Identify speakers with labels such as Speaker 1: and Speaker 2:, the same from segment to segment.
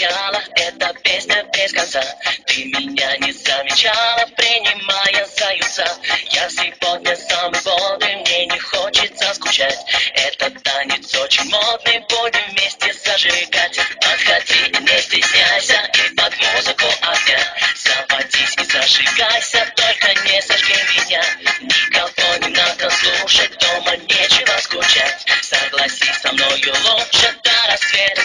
Speaker 1: начала, эта песня без конца. Ты меня не замечала, принимая за юца. Я сегодня самый бодрый, мне не хочется скучать. Этот танец очень модный, будем вместе зажигать. Подходи, не стесняйся, и под музыку огня заводись и зажигайся, только не зажги меня. Никого не надо слушать, дома нечего скучать. Согласись со мною лучше до рассвета.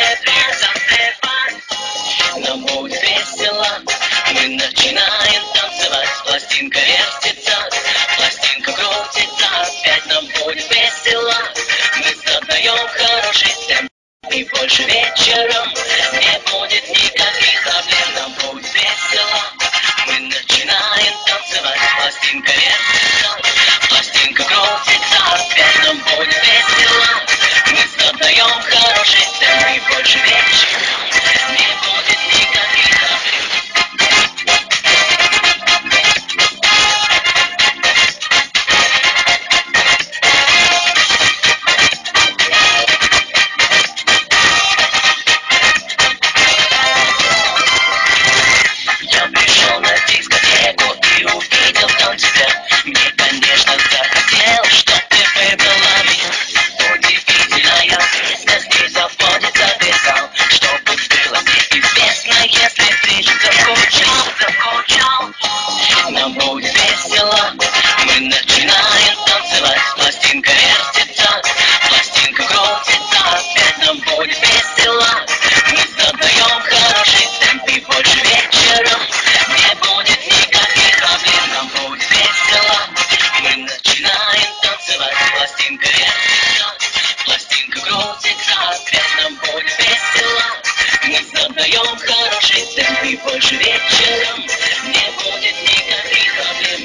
Speaker 1: Нам будет весело, мы начинаем танцевать. Пластинка вертится, пластинка крутится. Опять нам будет весело, мы задаем хороший темп. И больше вечером не будет никаких проблем. Нам будет весело, мы начинаем танцевать. Пластинка вертится, пластинка крутится. Опять нам будет весело, мы задаем хороший темп. И больше вечером не будет никаких проблем. Я пришел на дискотеку и увидел там тебя. Мне, конечно, захотелось, чтоб ты выбрала меня. Удивительная песня, здесь заводится весь зал. Чтобы было мне известно, если ты заскучал. Нам будет весело, мы начинаем танцевать. Пластинка вертится, пластинка крутится. Опять нам будет весело, мы задаем хороший темп. И больше вечером не будет никаких проблем. Нам будет весело, мы начинаем танцевать. Пластинка вертится, пластинка крутится. Опять нам будет весело, мы задаем хороший темп. И больше вечером не будет никаких проблем.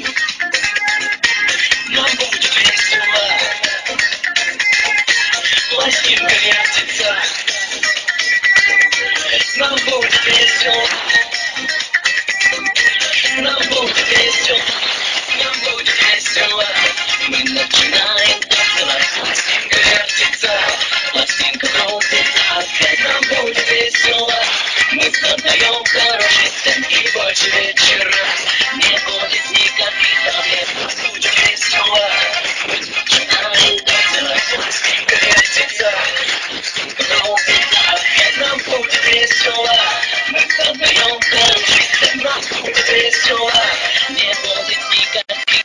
Speaker 1: Нам будет весело, пластинка вертится. Нам будет весело, нам будет весело, нам будет весело. Мы начинаем танцевать. Пластинка вертится, пластинка крутится. Опять нам будет весело, мы задаем хороший темп. И больше вечера не будет никаких проблем. Нам будет весело, мы начинаем танцевать. Пластинка вертится, пластинка крутится. Опять нам будет весело, мы задаем хороший темп. Нам будет весело, не будет никаких.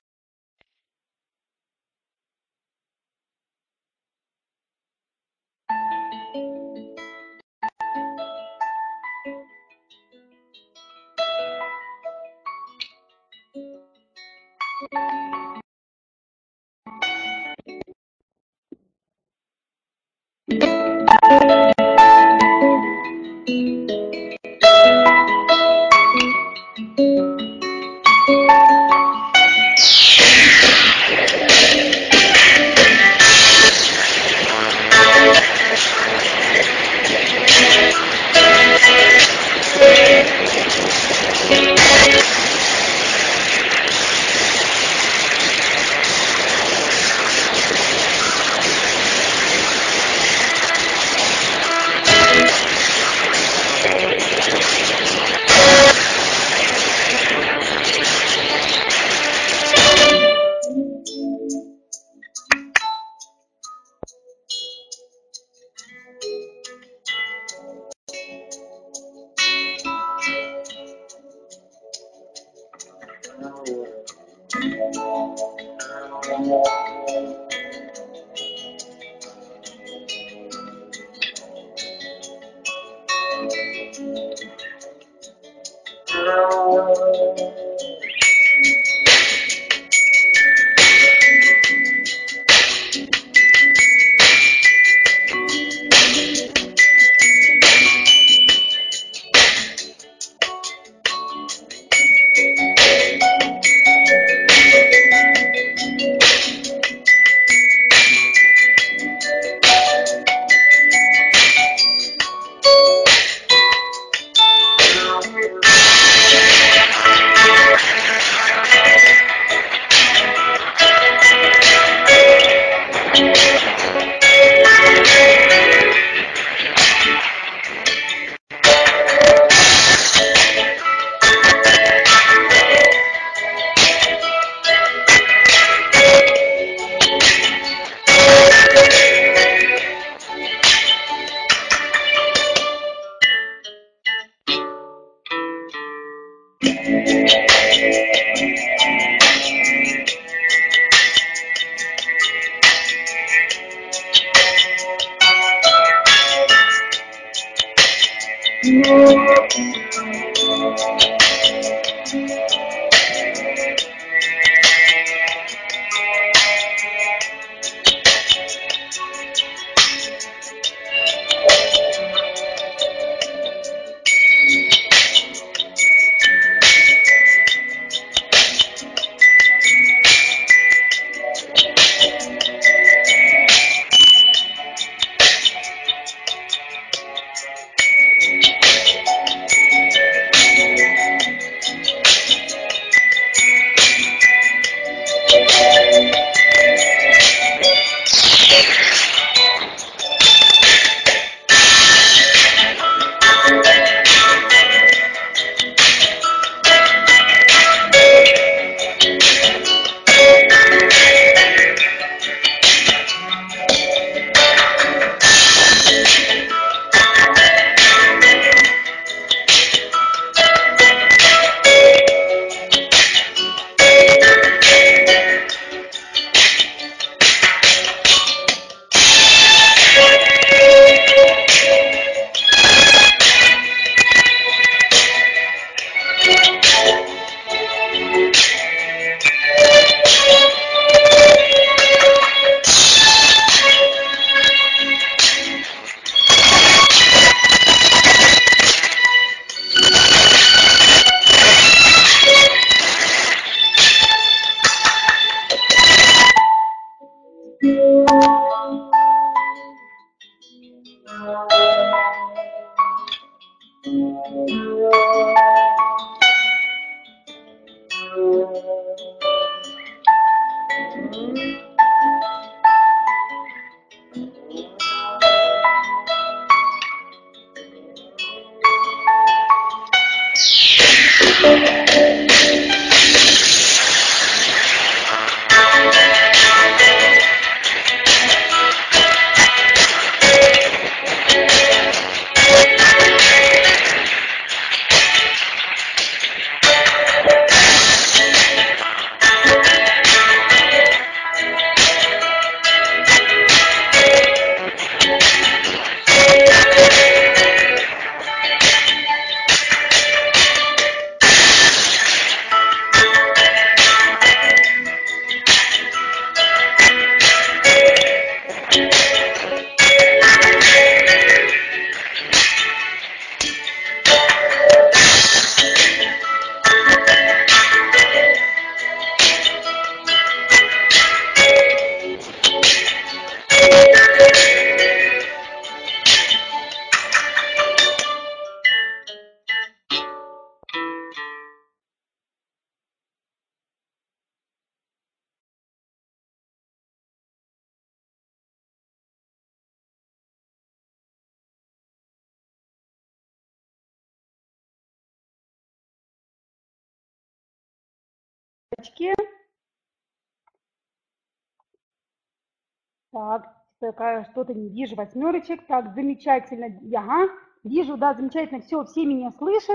Speaker 2: Так, такая что-то не вижу восьмерочек. Так, замечательно. Ага, вижу, да, замечательно. Все меня слышат.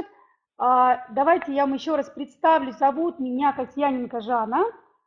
Speaker 2: Давайте я вам еще раз представлю. Зовут меня Касьяненко Жанна.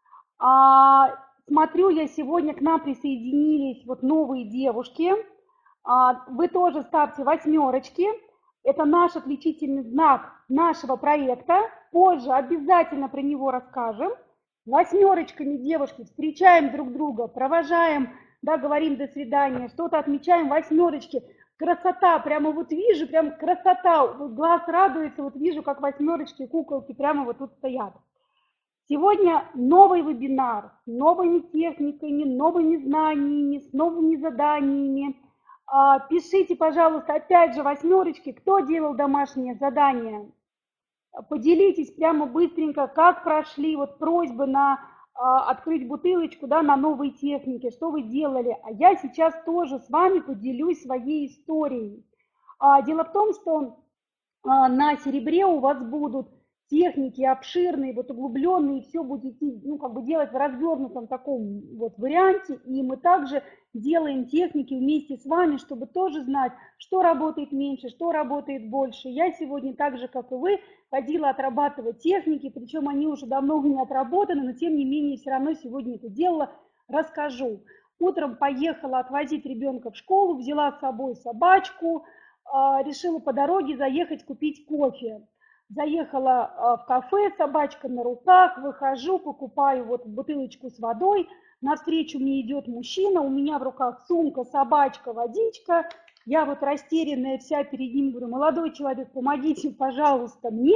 Speaker 2: А, Смотрю, я сегодня к нам присоединились вот новые девушки. Вы тоже ставьте восьмерочки. Это наш отличительный знак нашего проекта. Позже обязательно про него расскажем. Восьмерочками девушки встречаем друг друга, провожаем, да, говорим до свидания, что-то отмечаем, восьмерочки. Красота, прямо вот вижу, прям красота, вот глаз радуется, вот вижу, как восьмерочки, куколки прямо вот тут стоят. Сегодня новый вебинар с новыми техниками, новыми знаниями, с новыми заданиями. Пишите, пожалуйста, опять же восьмерочки, кто делал домашнее задание. Поделитесь прямо быстренько, как прошли, вот просьбы на открыть бутылочку, да, на новые техники, что вы делали. А я сейчас тоже с вами поделюсь своей историей. Дело в том, что на серебре у вас будут техники обширные, вот углубленные, все будете, ну, как бы делать в развернутом таком вот варианте, и мы также делаем техники вместе с вами, чтобы тоже знать, что работает меньше, что работает больше. Я сегодня так же, как и вы, ходила отрабатывать техники, причем они уже давно у меня отработаны, но тем не менее все равно сегодня это делала, расскажу. Утром поехала отвозить ребенка в школу, взяла с собой собачку, решила по дороге заехать купить кофе. Заехала в кафе, собачка на руках, выхожу, покупаю вот бутылочку с водой. Навстречу мне идет мужчина, у меня в руках сумка, собачка, водичка. Я вот растерянная вся перед ним, говорю: молодой человек, помогите, пожалуйста, мне.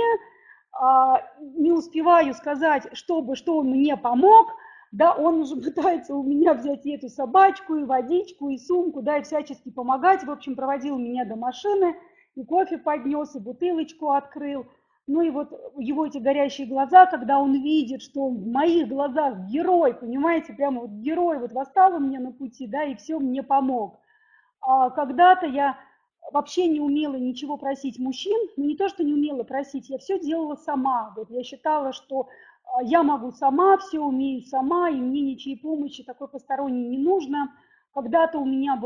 Speaker 2: Не успеваю сказать, что он мне помог. Да, он уже пытается у меня взять и эту собачку, и водичку, и сумку, да, и всячески помогать. В общем, проводил меня до машины, и кофе поднес, и бутылочку открыл. Ну и вот его эти горящие глаза, когда он видит, что в моих глазах герой, понимаете, прямо вот герой вот восстал у меня на пути, да, и все мне помог. Когда-то я вообще не умела ничего просить мужчин, но не то, что не умела просить, я все делала сама. Вот я считала, что я могу сама, все умею сама, и мне ничьей помощи такой посторонней не нужно. Когда-то у меня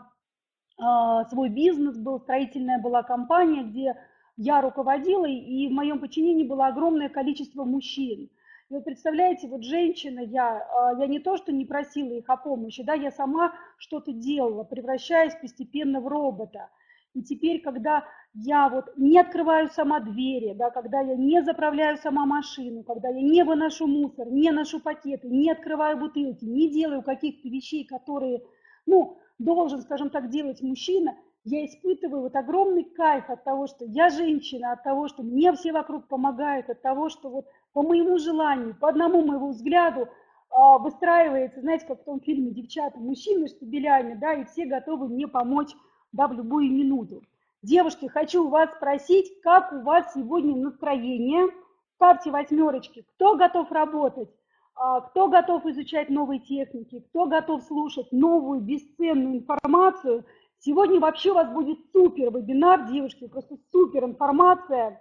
Speaker 2: свой бизнес был, строительная была компания, где я руководила, и в моем подчинении было огромное количество мужчин. И вот представляете, вот женщина, я не то, что не просила их о помощи, да, я сама что-то делала, превращаясь постепенно в робота. И теперь, когда я вот не открываю сама двери, да, когда я не заправляю сама машину, когда я не выношу мусор, не ношу пакеты, не открываю бутылки, не делаю каких-то вещей, которые, ну, должен, скажем так, делать мужчина, я испытываю вот огромный кайф от того, что я женщина, от того, что мне все вокруг помогают, от того, что вот по моему желанию, по одному моему взгляду выстраивается, знаете, как в том фильме «Девчата», мужчины штабелями, да, и все готовы мне помочь, да, в любую минуту. Девушки, хочу у вас спросить, как у вас сегодня настроение? Ставьте восьмерочки. Кто готов работать? Кто готов изучать новые техники? Кто готов слушать новую бесценную информацию? Сегодня вообще у вас будет супер вебинар, девушки, просто супер информация.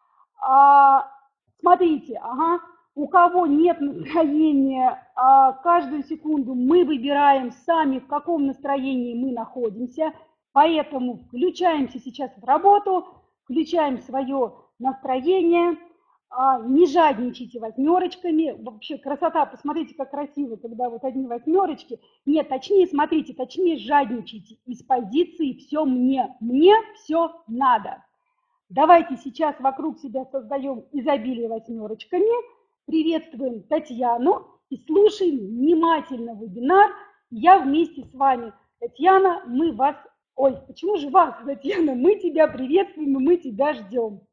Speaker 2: Смотрите, у кого нет настроения, каждую секунду мы выбираем сами, в каком настроении мы находимся. Поэтому включаемся сейчас в работу, включаем свое настроение, не жадничайте восьмерочками. Вообще красота, посмотрите, как красиво, когда вот одни восьмерочки. Нет, точнее, смотрите, точнее жадничайте из позиции «все мне все надо». Давайте сейчас вокруг себя создаем изобилие восьмерочками, приветствуем Татьяну и слушаем внимательно вебинар. Я вместе с вами. Татьяна, мы вас... Ой, почему же вас, Татьяна? Мы тебя приветствуем, и мы тебя ждем.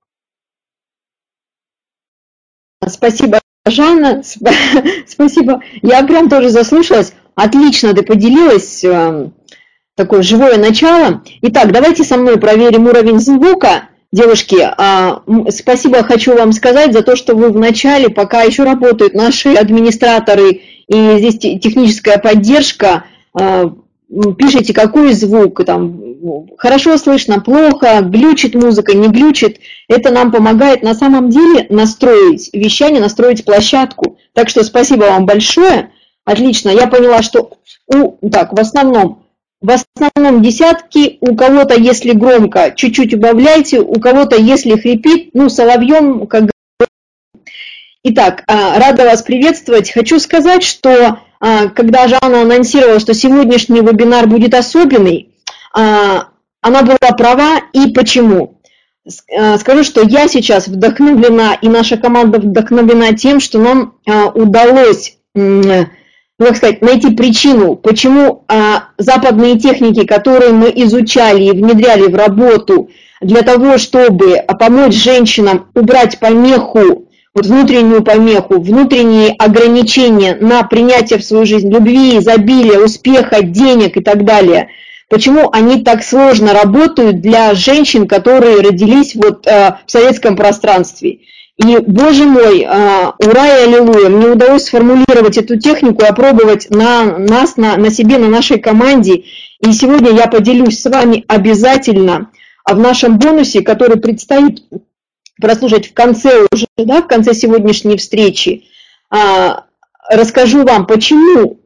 Speaker 3: Спасибо, Жанна. Спасибо. Я прям тоже заслушалась. Отлично ты поделилась. Такое живое начало. Итак, давайте со мной проверим уровень звука. Девушки, спасибо хочу вам сказать за то, что вы в начале, пока еще работают наши администраторы и здесь техническая поддержка, пишите, какой звук, там, хорошо слышно, плохо, глючит музыка, не глючит. Это нам помогает на самом деле настроить вещание, настроить площадку. Так что спасибо вам большое. Отлично, я поняла, что в основном десятки, у кого-то, если громко, чуть-чуть убавляйте, у кого-то, если хрипит, соловьем, как говорится. Итак, рада вас приветствовать. Хочу сказать, что когда Жанна анонсировала, что сегодняшний вебинар будет особенный, она была права, и почему? Скажу, что я сейчас вдохновлена, и наша команда вдохновлена тем, что нам удалось, найти причину, почему западные техники, которые мы изучали и внедряли в работу для того, чтобы помочь женщинам убрать помеху, внутреннюю помеху, внутренние ограничения на принятие в свою жизнь любви, изобилия, успеха, денег и так далее. Почему они так сложно работают для женщин, которые родились в советском пространстве. И, боже мой, ура и аллилуйя, мне удалось сформулировать эту технику и опробовать на себе, на нашей команде. И сегодня я поделюсь с вами обязательно в нашем бонусе, который предстоит прослушать в конце уже, да, в конце сегодняшней встречи, расскажу вам, почему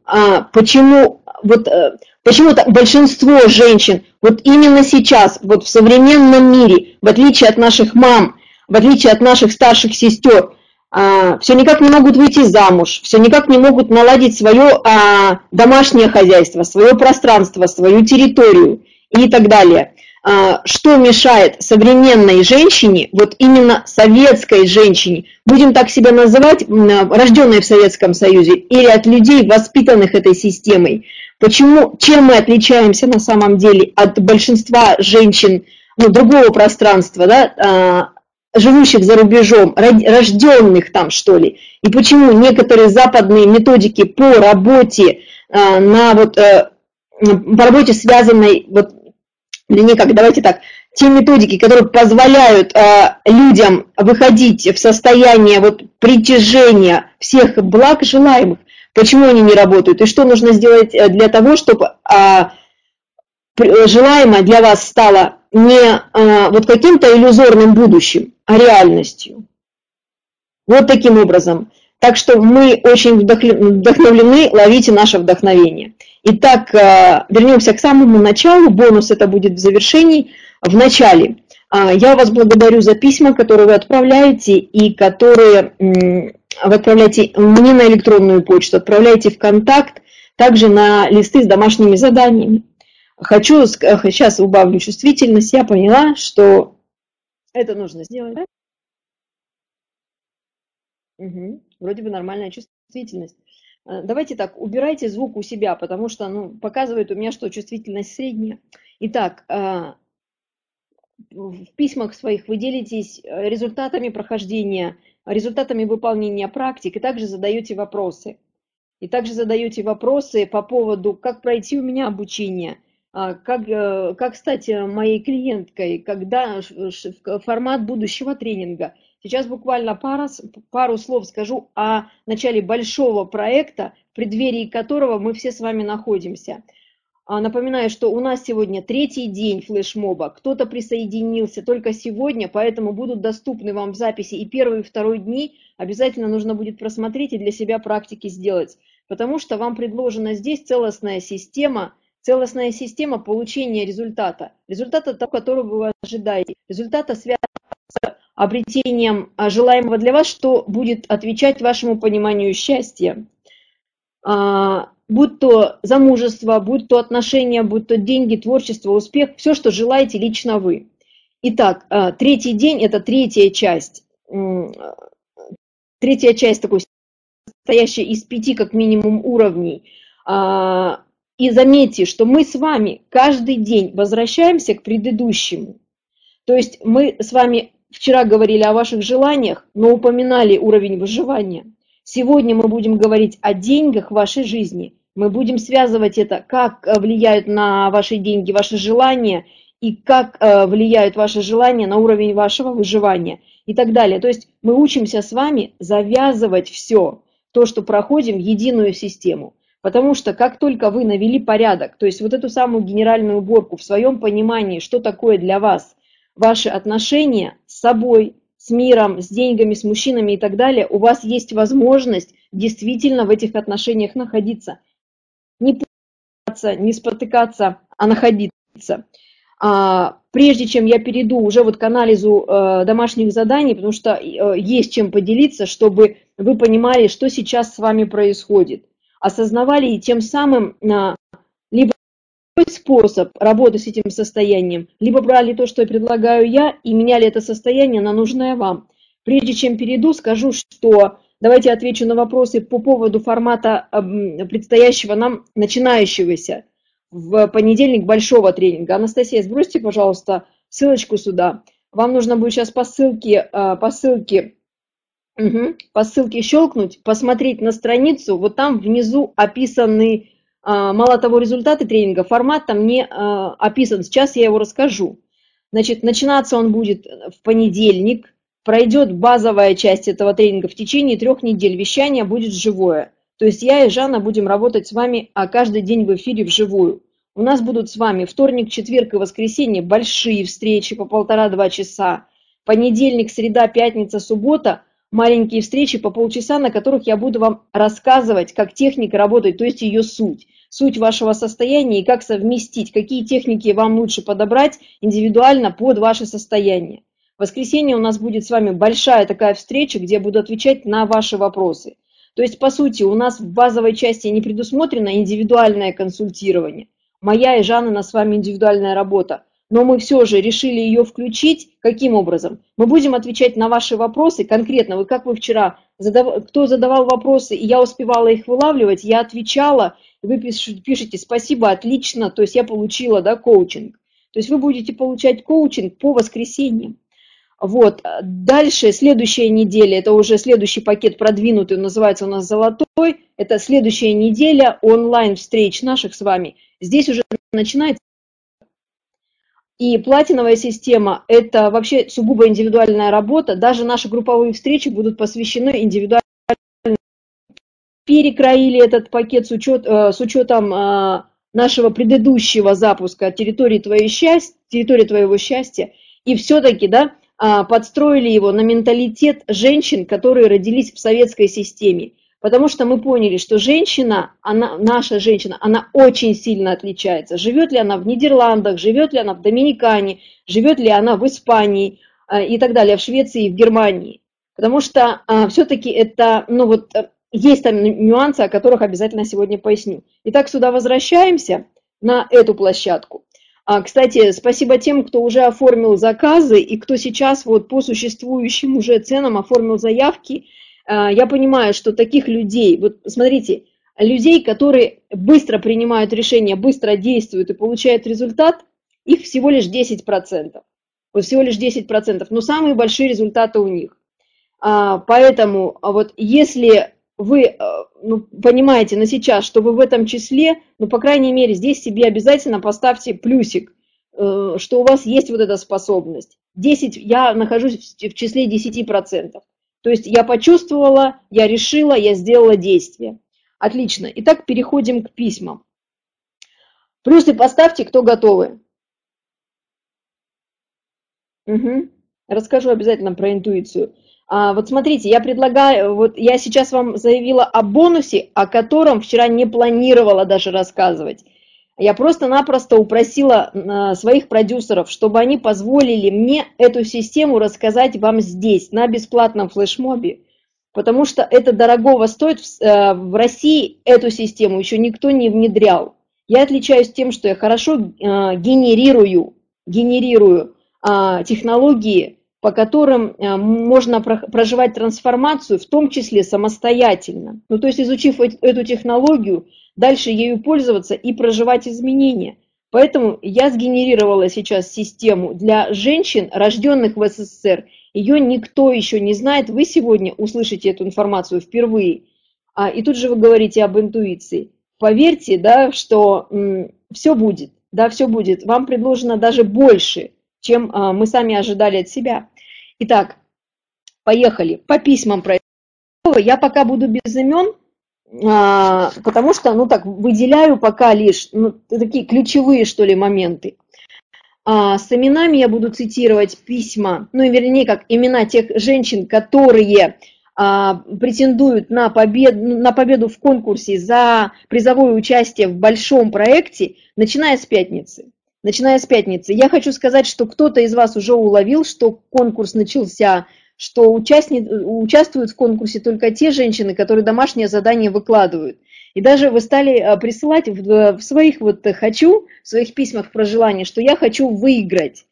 Speaker 3: почему-то большинство женщин вот именно сейчас, вот в современном мире, в отличие от наших мам, в отличие от наших старших сестер, все никак не могут выйти замуж, все никак не могут наладить свое домашнее хозяйство, свое пространство, свою территорию и так далее. Что мешает современной женщине, вот именно советской женщине, будем так себя называть, рожденной в Советском Союзе, или от людей, воспитанных этой системой? Почему, чем мы отличаемся на самом деле от большинства женщин, другого пространства, да, живущих за рубежом, рожденных там, что ли? И почему некоторые западные методики по работе, по работе связанной, давайте так, те методики, которые позволяют людям выходить в состояние притяжения всех благ желаемых, почему они не работают, и что нужно сделать для того, чтобы желаемое для вас стало не каким-то иллюзорным будущим, а реальностью. Вот таким образом. Так что мы очень вдохновлены, ловите наше вдохновение. Итак, вернемся к самому началу, бонус это будет в завершении. В начале я вас благодарю за письма, которые вы отправляете, и которые вы отправляете мне на электронную почту, отправляете в контакт, также на листы с домашними заданиями. Сейчас убавлю чувствительность, я поняла, что это нужно сделать. Да? Угу. Вроде бы нормальная чувствительность. Давайте так, убирайте звук у себя, потому что показывает у меня, что чувствительность средняя. Итак, в письмах своих вы делитесь результатами прохождения, результатами выполнения практик, и также задаете вопросы. По поводу, как пройти у меня обучение, как стать моей клиенткой, когда формат будущего тренинга. Сейчас буквально пару слов скажу о начале большого проекта, в преддверии которого мы все с вами находимся. Напоминаю, что у нас сегодня 3-й день флешмоба. Кто-то присоединился только сегодня, поэтому будут доступны вам в записи и 1-й, и 2-й дни. Обязательно нужно будет просмотреть и для себя практики сделать, потому что вам предложена здесь целостная система получения результата, того, которого вы ожидаете, результата, связанного с обретением желаемого для вас, что будет отвечать вашему пониманию счастья. Будь то замужество, будь то отношения, будь то деньги, творчество, успех, все, что желаете лично вы. Итак, 3-й день – это третья часть такой, состоящая из 5 как минимум уровней. И заметьте, что мы с вами каждый день возвращаемся к предыдущему. То есть мы с вами вчера говорили о ваших желаниях, но упоминали уровень выживания. Сегодня мы будем говорить о деньгах в вашей жизни. Мы будем связывать это, как влияют на ваши деньги ваши желания и как влияют ваши желания на уровень вашего выживания и так далее. То есть мы учимся с вами завязывать все, то, что проходим, в единую систему. Потому что как только вы навели порядок, то есть вот эту самую генеральную уборку в своем понимании, что такое для вас ваши отношения с собой, с миром, с деньгами, с мужчинами и так далее, у вас есть возможность действительно в этих отношениях находиться. Не путаться, не спотыкаться, а находиться. Прежде чем я перейду уже к анализу домашних заданий, потому что есть чем поделиться, чтобы вы понимали, что сейчас с вами происходит. Осознавали и тем самым либо способ работы с этим состоянием, либо брали то, что предлагаю я, и меняли это состояние на нужное вам. Прежде чем перейду, скажу, что давайте отвечу на вопросы по поводу формата предстоящего нам начинающегося в понедельник большого тренинга. Анастасия, сбросьте, пожалуйста, ссылочку сюда. Вам нужно будет сейчас по ссылке щелкнуть, посмотреть на страницу, вот там внизу описаны, мало того, результаты тренинга, формат там не описан, сейчас я его расскажу. Значит, начинаться он будет в понедельник, пройдет базовая часть этого тренинга в течение 3 недель, вещание будет живое. То есть я и Жанна будем работать с вами каждый день в эфире вживую. У нас будут с вами вторник, четверг и воскресенье большие встречи по 1,5-2 часа. Понедельник, среда, пятница, суббота, маленькие встречи по полчаса, на которых я буду вам рассказывать, как техника работает, то есть ее суть вашего состояния и как совместить, какие техники вам лучше подобрать индивидуально под ваше состояние. В воскресенье у нас будет с вами большая такая встреча, где я буду отвечать на ваши вопросы. То есть, по сути, у нас в базовой части не предусмотрено индивидуальное консультирование. Моя и Жанна с вами индивидуальная работа. Но мы все же решили ее включить. Каким образом? Мы будем отвечать на ваши вопросы конкретно. Вы как вы вчера, кто задавал вопросы, и я успевала их вылавливать, я отвечала, и вы пишете «спасибо, отлично», то есть я получила, да, коучинг. То есть вы будете получать коучинг по воскресеньям. Вот. Дальше, следующая неделя, это уже следующий пакет продвинутый, он называется у нас «Золотой». Это следующая неделя онлайн-встреч наших с вами. Здесь уже начинается. И платиновая система – это вообще сугубо индивидуальная работа. Даже наши групповые встречи будут посвящены индивидуальной. Перекроили этот пакет с учетом нашего предыдущего запуска «Территория твоего счастья». И все-таки, да, подстроили его на менталитет женщин, которые родились в советской системе. Потому что мы поняли, что наша женщина, она очень сильно отличается. Живет ли она в Нидерландах, живет ли она в Доминикане, живет ли она в Испании и так далее, в Швеции и в Германии. Потому что все-таки это, есть там нюансы, о которых обязательно сегодня поясню. Итак, сюда возвращаемся, на эту площадку. Кстати, спасибо тем, кто уже оформил заказы и кто сейчас вот по существующим уже ценам оформил заявки. Я понимаю, что таких людей, вот смотрите, людей, которые быстро принимают решения, быстро действуют и получают результат, их всего лишь 10%. Вот всего лишь 10%, но самые большие результаты у них. Поэтому вот если вы понимаете на сейчас, что вы в этом числе, по крайней мере, здесь себе обязательно поставьте плюсик, что у вас есть вот эта способность. 10, я нахожусь в числе 10%. То есть я почувствовала, я решила, я сделала действие. Отлично. Итак, переходим к письмам. Плюсы поставьте, кто готовы. Угу. Расскажу обязательно про интуицию. Вот смотрите, я предлагаю, вот я сейчас вам заявила о бонусе, о котором вчера не планировала даже рассказывать. Я просто-напросто упросила своих продюсеров, чтобы они позволили мне эту систему рассказать вам здесь, на бесплатном флешмобе, потому что это дорогого стоит. В России эту систему еще никто не внедрял. Я отличаюсь тем, что я хорошо генерирую технологии, по которым можно проживать трансформацию, в том числе самостоятельно. То есть, изучив эту технологию, дальше ею пользоваться и проживать изменения. Поэтому я сгенерировала сейчас систему для женщин, рожденных в СССР. Ее никто еще не знает. Вы сегодня услышите эту информацию впервые. И тут же вы говорите об интуиции. Поверьте, да, что все будет. Да, все будет. Вам предложено даже больше, чем мы сами ожидали от себя. Итак, поехали. По письмам про это. Я пока буду без имен, потому что, выделяю пока лишь такие ключевые, что ли, моменты. С именами я буду цитировать письма, имена тех женщин, которые претендуют на победу в конкурсе за призовое участие в большом проекте, начиная с пятницы. Я хочу сказать, что кто-то из вас уже уловил, что конкурс начался, что участвуют в конкурсе только те женщины, которые домашнее задание выкладывают. И даже вы стали присылать в своих в своих письмах про желание, что я хочу выиграть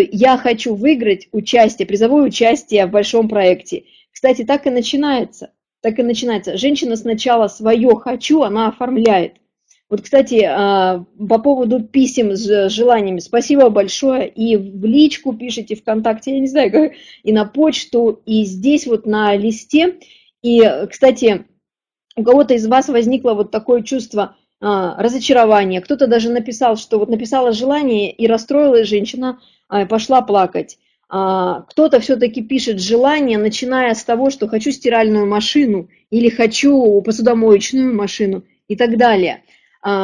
Speaker 3: призовое участие в большом проекте. Кстати, так и начинается. Женщина сначала свое «хочу», она оформляет. Вот, кстати, по поводу писем с желаниями, спасибо большое. И в личку пишите, ВКонтакте, я не знаю, как, и на почту, и здесь вот на листе. И, кстати, у кого-то из вас возникло вот такое чувство разочарования. Кто-то даже написал, что вот написала желание и расстроилась женщина, пошла плакать. Кто-то все-таки пишет желание, начиная с того, что хочу стиральную машину или хочу посудомоечную машину и так далее.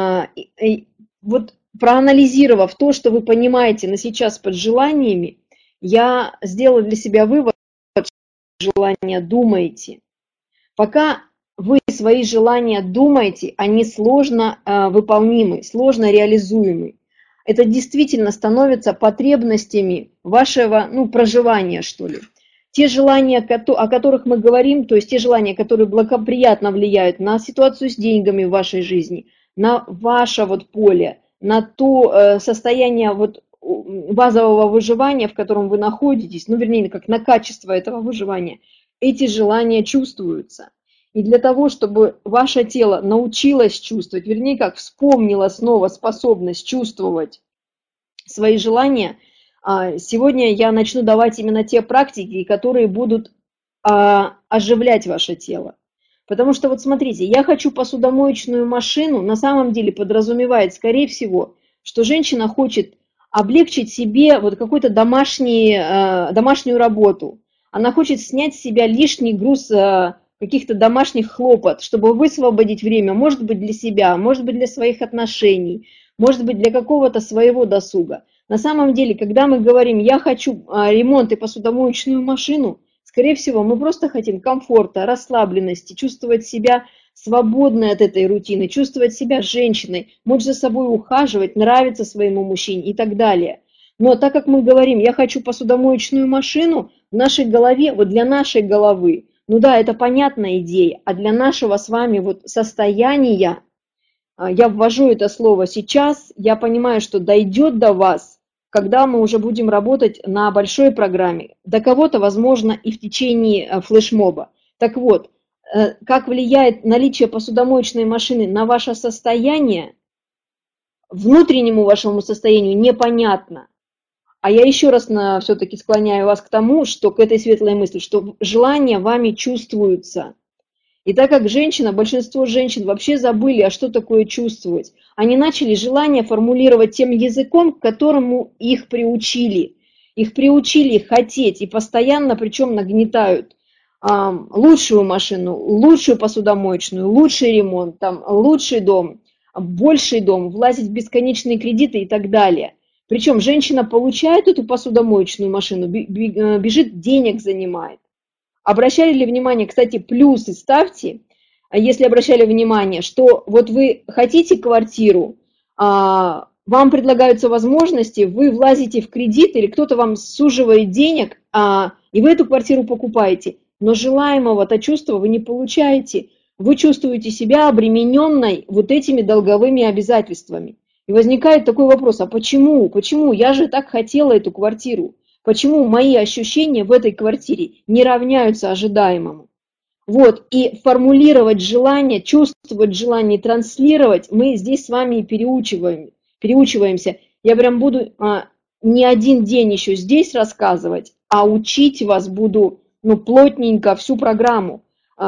Speaker 3: Вот проанализировав то, что вы понимаете на сейчас под желаниями, я сделала для себя вывод, что желания думаете. Пока вы свои желания думаете, они сложно выполнимы, сложно реализуемы. Это действительно становится потребностями вашего проживания, что ли. Те желания, о которых мы говорим, то есть те желания, которые благоприятно влияют на ситуацию с деньгами в вашей жизни, на ваше поле, на то состояние базового выживания, в котором вы находитесь, вернее, как на качество этого выживания, эти желания чувствуются. И для того, чтобы ваше тело научилось чувствовать, вернее, как вспомнило снова способность чувствовать свои желания, сегодня я начну давать именно те практики, которые будут оживлять ваше тело. Потому что смотрите, я хочу посудомоечную машину, на самом деле подразумевает, скорее всего, что женщина хочет облегчить себе какую-то домашнюю работу. Она хочет снять с себя лишний груз каких-то домашних хлопот, чтобы высвободить время, может быть, для себя, может быть, для своих отношений, может быть, для какого-то своего досуга. На самом деле, когда мы говорим «я хочу ремонт и посудомоечную машину», скорее всего, мы просто хотим комфорта, расслабленности, чувствовать себя свободной от этой рутины, чувствовать себя женщиной, мочь за собой ухаживать, нравиться своему мужчине и так далее. Но так как мы говорим «я хочу посудомоечную машину», в нашей голове, для нашей головы, это понятная идея, а для нашего с вами состояния, я ввожу это слово сейчас, я понимаю, что дойдет до вас, когда мы уже будем работать на большой программе, до кого-то, возможно, и в течение флешмоба. Так вот, как влияет наличие посудомоечной машины на ваше состояние, внутреннему вашему состоянию непонятно. А я еще раз все-таки склоняю вас к тому, что к этой светлой мысли, что желания вами чувствуются. И так как большинство женщин вообще забыли, что такое чувствовать, они начали желание формулировать тем языком, к которому их приучили. Их приучили хотеть и постоянно, причем нагнетают лучшую машину, лучшую посудомоечную, лучший ремонт, лучший дом, больший дом, влазить в бесконечные кредиты и так далее. Причем женщина получает эту посудомоечную машину, бежит, денег занимает. Обращали ли внимание, кстати, плюсы ставьте, если обращали внимание, что вы хотите квартиру, вам предлагаются возможности, вы влазите в кредит или кто-то вам суживает денег, и вы эту квартиру покупаете, но желаемого-то чувства вы не получаете. Вы чувствуете себя обремененной этими долговыми обязательствами. И возникает такой вопрос, а почему? Почему? Я же так хотела эту квартиру. Почему мои ощущения в этой квартире не равняются ожидаемому? И формулировать желание, чувствовать желание, транслировать, мы здесь с вами переучиваемся. Я прям буду не один день еще здесь рассказывать, а учить вас буду плотненько всю программу.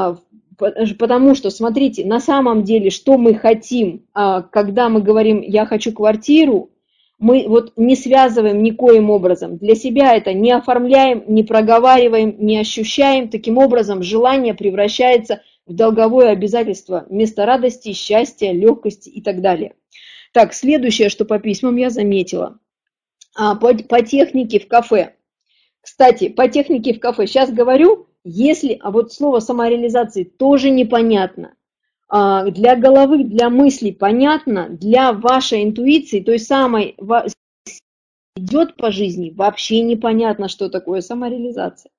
Speaker 3: Потому что, смотрите, на самом деле, что мы хотим, когда мы говорим «я хочу квартиру», мы не связываем никоим образом. Для себя это не оформляем, не проговариваем, не ощущаем. Таким образом, желание превращается в долговое обязательство вместо радости, счастья, легкости и так далее. Так, следующее, что по письмам я заметила. По технике в кафе. Кстати, по технике в кафе. Сейчас говорю, если, слово самореализации тоже непонятно. Для головы, для мыслей понятно, для вашей интуиции, той самой идет по жизни, вообще непонятно, что такое самореализация.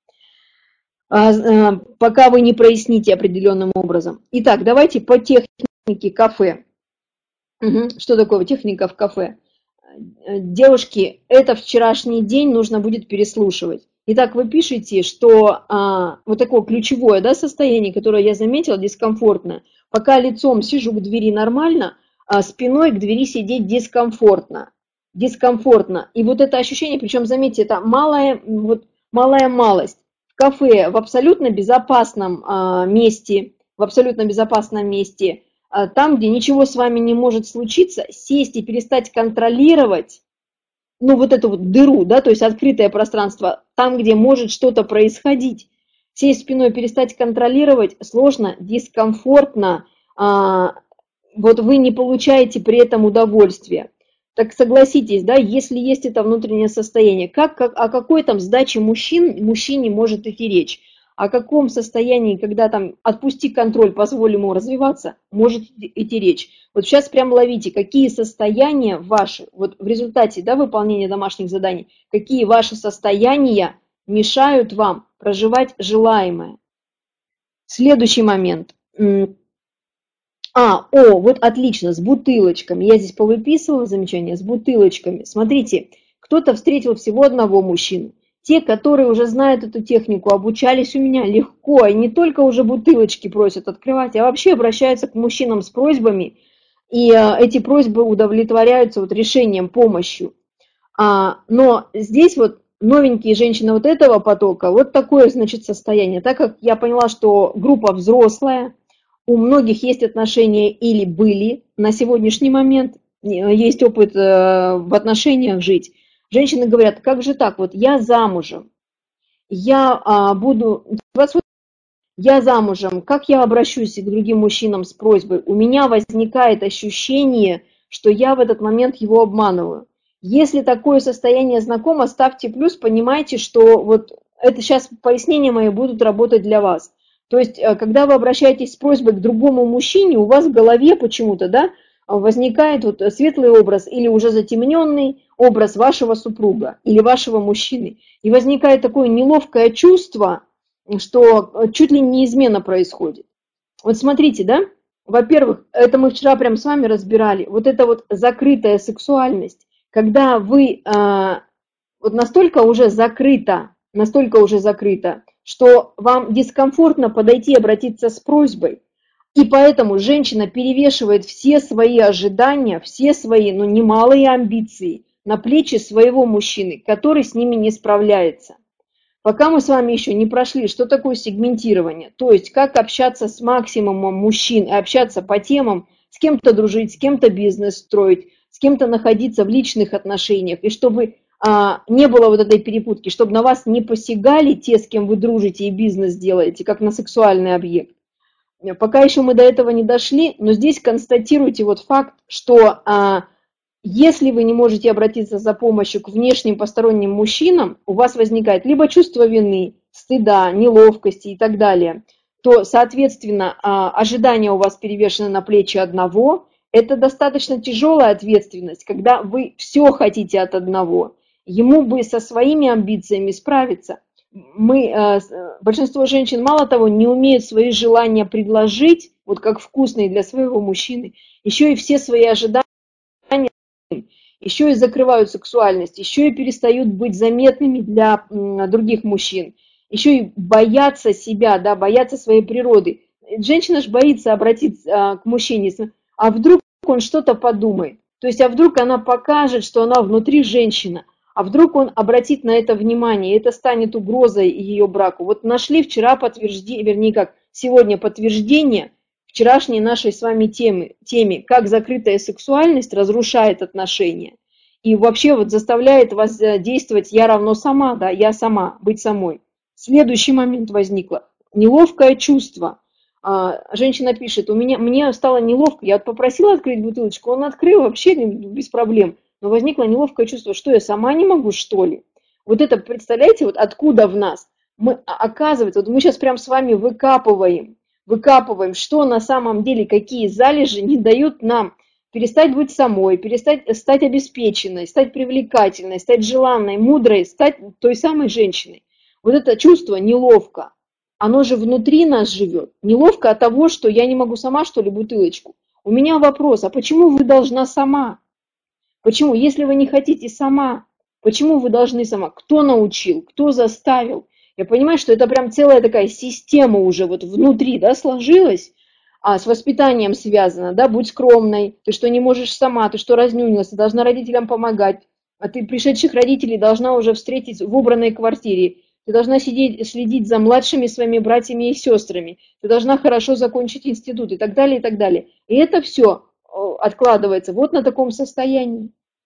Speaker 3: Пока вы не проясните определенным образом. Итак, давайте по технике кафе. Что такое техника в кафе? Девушки, это вчерашний день нужно будет переслушивать. Итак, вы пишете, что такое ключевое состояние, которое я заметила, дискомфортное. Пока лицом сижу к двери нормально, а спиной к двери сидеть дискомфортно. Дискомфортно. И это ощущение, причем, заметьте, это малая малость. В кафе в абсолютно безопасном месте, там, где ничего с вами не может случиться, сесть и перестать контролировать, эту дыру, то есть открытое пространство, там, где может что-то происходить. Сесть спиной, перестать контролировать сложно, дискомфортно, вы не получаете при этом удовольствия. Так согласитесь, да, если есть это внутреннее состояние, о какой там сдаче мужчине может идти речь? О каком состоянии, когда там отпусти контроль, позволь ему развиваться, может идти речь? Вот сейчас прям ловите, какие состояния ваши, вот в результате, да, выполнения домашних заданий, какие ваши состояния мешают вам проживать желаемое. Следующий момент. Вот отлично, с бутылочками. Я здесь повыписывала замечание, с бутылочками. Смотрите, кто-то встретил всего одного мужчину. Те, которые уже знают эту технику, обучались у меня легко, и не только уже бутылочки просят открывать, а вообще обращаются к мужчинам с просьбами, и эти просьбы удовлетворяются вот решением, помощью. Но здесь вот новенькие женщины вот этого потока, вот такое, значит, состояние. Так как я поняла, что группа взрослая, у многих есть отношения или были на сегодняшний момент, есть опыт в отношениях жить. Женщины говорят, как же так, вот я замужем, я замужем, как я обращусь к другим мужчинам с просьбой? У меня возникает ощущение, что я в этот момент его обманываю. Если такое состояние знакомо, ставьте плюс, понимайте, что вот это сейчас пояснения мои будут работать для вас. То есть, когда вы обращаетесь с просьбой к другому мужчине, у вас в голове почему-то, да, возникает вот светлый образ или уже затемненный образ вашего супруга или вашего мужчины. И возникает такое неловкое чувство, что чуть ли не измена происходит. Вот смотрите, да, во-первых, это мы вчера прям с вами разбирали, вот эта вот закрытая сексуальность, когда вы вот настолько уже закрыто, что вам дискомфортно подойти, обратиться с просьбой, и поэтому женщина перевешивает все свои ожидания, все свои, ну, немалые амбиции на плечи своего мужчины, который с ними не справляется. Пока мы с вами еще не прошли, что такое сегментирование, то есть как общаться с максимумом мужчин и общаться по темам, с кем-то дружить, с кем-то бизнес строить, с кем-то находиться в личных отношениях, и чтобы не было вот этой перепутки, чтобы на вас не посягали те, с кем вы дружите и бизнес делаете, как на сексуальный объект. Пока еще мы до этого не дошли, но здесь констатируйте вот факт, что если вы не можете обратиться за помощью к внешним посторонним мужчинам, у вас возникает либо чувство вины, стыда, неловкости и так далее, то, соответственно, ожидания у вас перевешены на плечи одного. Это достаточно тяжелая ответственность, когда вы все хотите от одного. Ему бы со своими амбициями справиться. Большинство женщин, мало того, не умеют свои желания предложить, вот как вкусные для своего мужчины, еще и все свои ожидания, еще и закрывают сексуальность, еще и перестают быть заметными для других мужчин, еще и боятся себя, да, боятся своей природы. Женщина же боится обратиться к мужчине, а вдруг он что-то подумает, то есть, а вдруг она покажет, что она внутри женщина, а вдруг он обратит на это внимание, и это станет угрозой ее браку. Вот нашли вчера сегодня подтверждение вчерашней нашей с вами теме, как закрытая сексуальность разрушает отношения. И вообще вот заставляет вас действовать «я равно сама», да, «я сама», быть самой. Следующий момент возникло. Неловкое чувство. Женщина пишет, мне стало неловко, я попросила открыть бутылочку, он открыл вообще без проблем. Но возникло неловкое чувство, что я сама не могу, что ли? Вот это, представляете, вот откуда в нас? Оказывается, вот мы сейчас прям с вами выкапываем, что на самом деле, какие залежи не дают нам перестать быть самой, стать обеспеченной, стать привлекательной, стать желанной, мудрой, стать той самой женщиной. Вот это чувство неловко, оно же внутри нас живет. Неловко от того, что я не могу сама, что ли, бутылочку. У меня вопрос, а почему вы должна сама? Почему? Если вы не хотите сама, почему вы должны сама? Кто научил? Кто заставил? Я понимаю, что это прям целая такая система уже вот внутри, да, сложилась, с воспитанием связана, да, будь скромной, ты что не можешь сама, ты что разнюнилась, ты должна родителям помогать, а ты пришедших родителей должна уже встретить в убранной квартире, ты должна следить за младшими своими братьями и сестрами, ты должна хорошо закончить институт и так далее, и так далее. И это все откладывается вот на таком состоянии.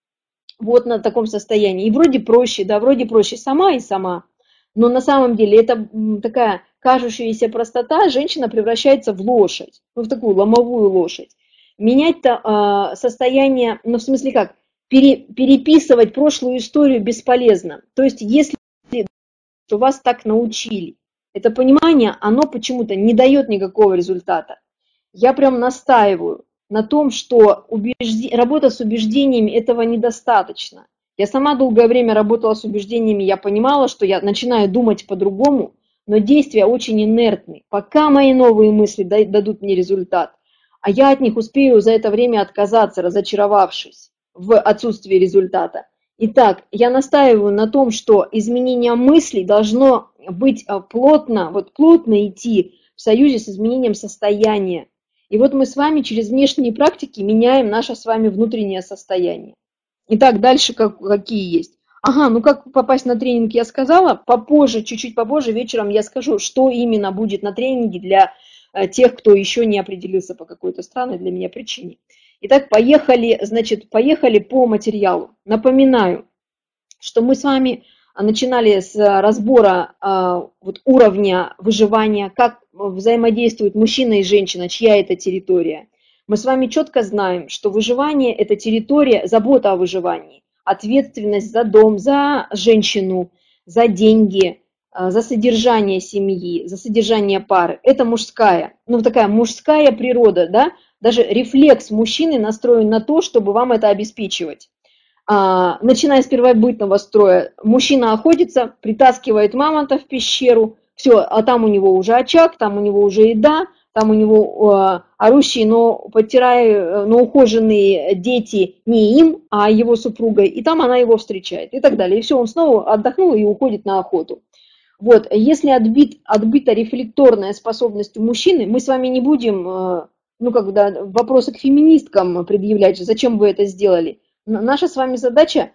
Speaker 3: И вроде проще, да, сама и сама. Но на самом деле это такая кажущаяся простота, женщина превращается в лошадь, в такую ломовую лошадь. Менять-то состояние, в смысле как, переписывать прошлую историю бесполезно. То есть если вас так научили, это понимание, оно почему-то не дает никакого результата. Я прям настаиваю на том, что работа с убеждениями этого недостаточно. Я сама долгое время работала с убеждениями, я понимала, что я начинаю думать по-другому, но действия очень инертны. Пока мои новые мысли дадут мне результат, а я от них успею за это время отказаться, разочаровавшись в отсутствии результата. Итак, я настаиваю на том, что изменение мыслей должно быть плотно идти в союзе с изменением состояния. И вот мы с вами через внешние практики меняем наше с вами внутреннее состояние. Итак, дальше какие есть? Ага, ну как попасть на тренинг, я сказала. Попозже, чуть-чуть попозже, вечером я скажу, что именно будет на тренинге для тех, кто еще не определился по какой-то странной для меня причине. Итак, поехали по материалу. Напоминаю, что мы с вами начинали с разбора уровня выживания, как взаимодействуют мужчина и женщина, чья это территория. Мы с вами четко знаем, что выживание – это территория, забота о выживании, ответственность за дом, за женщину, за деньги, за содержание семьи, за содержание пары. Это мужская, такая мужская природа, да? Даже рефлекс мужчины настроен на то, чтобы вам это обеспечивать. Начиная с первобытного строя, мужчина охотится, притаскивает мамонта в пещеру, все, а там у него уже очаг, там у него уже еда, там у него орущие, но ухоженные дети не им, а его супругой, и там она его встречает и так далее. И все, он снова отдохнул и уходит на охоту. Вот, если отбита рефлекторная способность у мужчины, мы с вами не будем, вопросы к феминисткам предъявлять, зачем вы это сделали. Наша с вами задача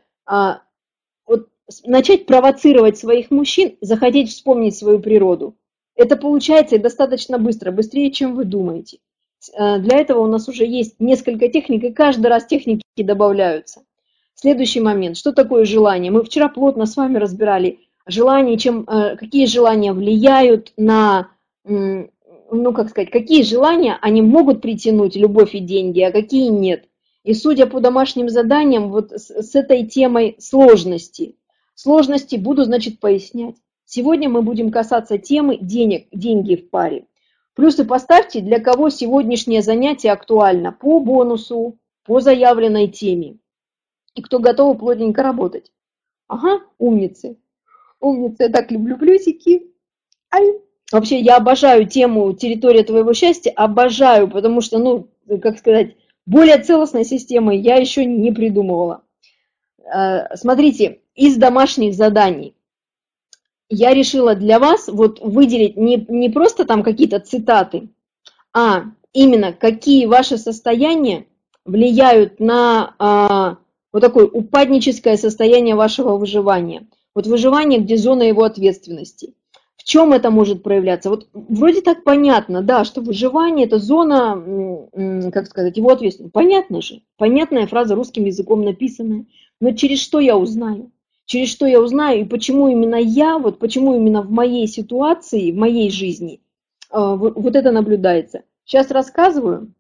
Speaker 3: начать провоцировать своих мужчин, захотеть вспомнить свою природу. Это получается и достаточно быстро, быстрее, чем вы думаете. Для этого у нас уже есть несколько техник, и каждый раз техники добавляются. Следующий момент. Что такое желание? Мы вчера плотно с вами разбирали желания, какие желания влияют на, какие желания они могут притянуть любовь и деньги, а какие нет. И судя по домашним заданиям, с этой темой сложности буду, пояснять. Сегодня мы будем касаться темы деньги в паре. Плюсы поставьте, для кого сегодняшнее занятие актуально по бонусу, по заявленной теме. И кто готов плотненько работать. Ага, умницы. Умницы, я так люблю плюсики. Ай. Вообще, я обожаю тему «Территория твоего счастья», обожаю, потому что, более целостной системы я еще не придумывала. Смотрите, из домашних заданий я решила для вас выделить не просто там какие-то цитаты, а именно какие ваши состояния влияют на такое упадническое состояние вашего выживания. Выживание, где зона его ответственности. В чем это может проявляться? Вроде так понятно, да, что выживание – это зона, его ответственности. Понятно же, понятная фраза русским языком написанная. Но через что я узнаю? Через что я узнаю и почему именно почему именно в моей ситуации, в моей жизни это наблюдается? Сейчас рассказываю.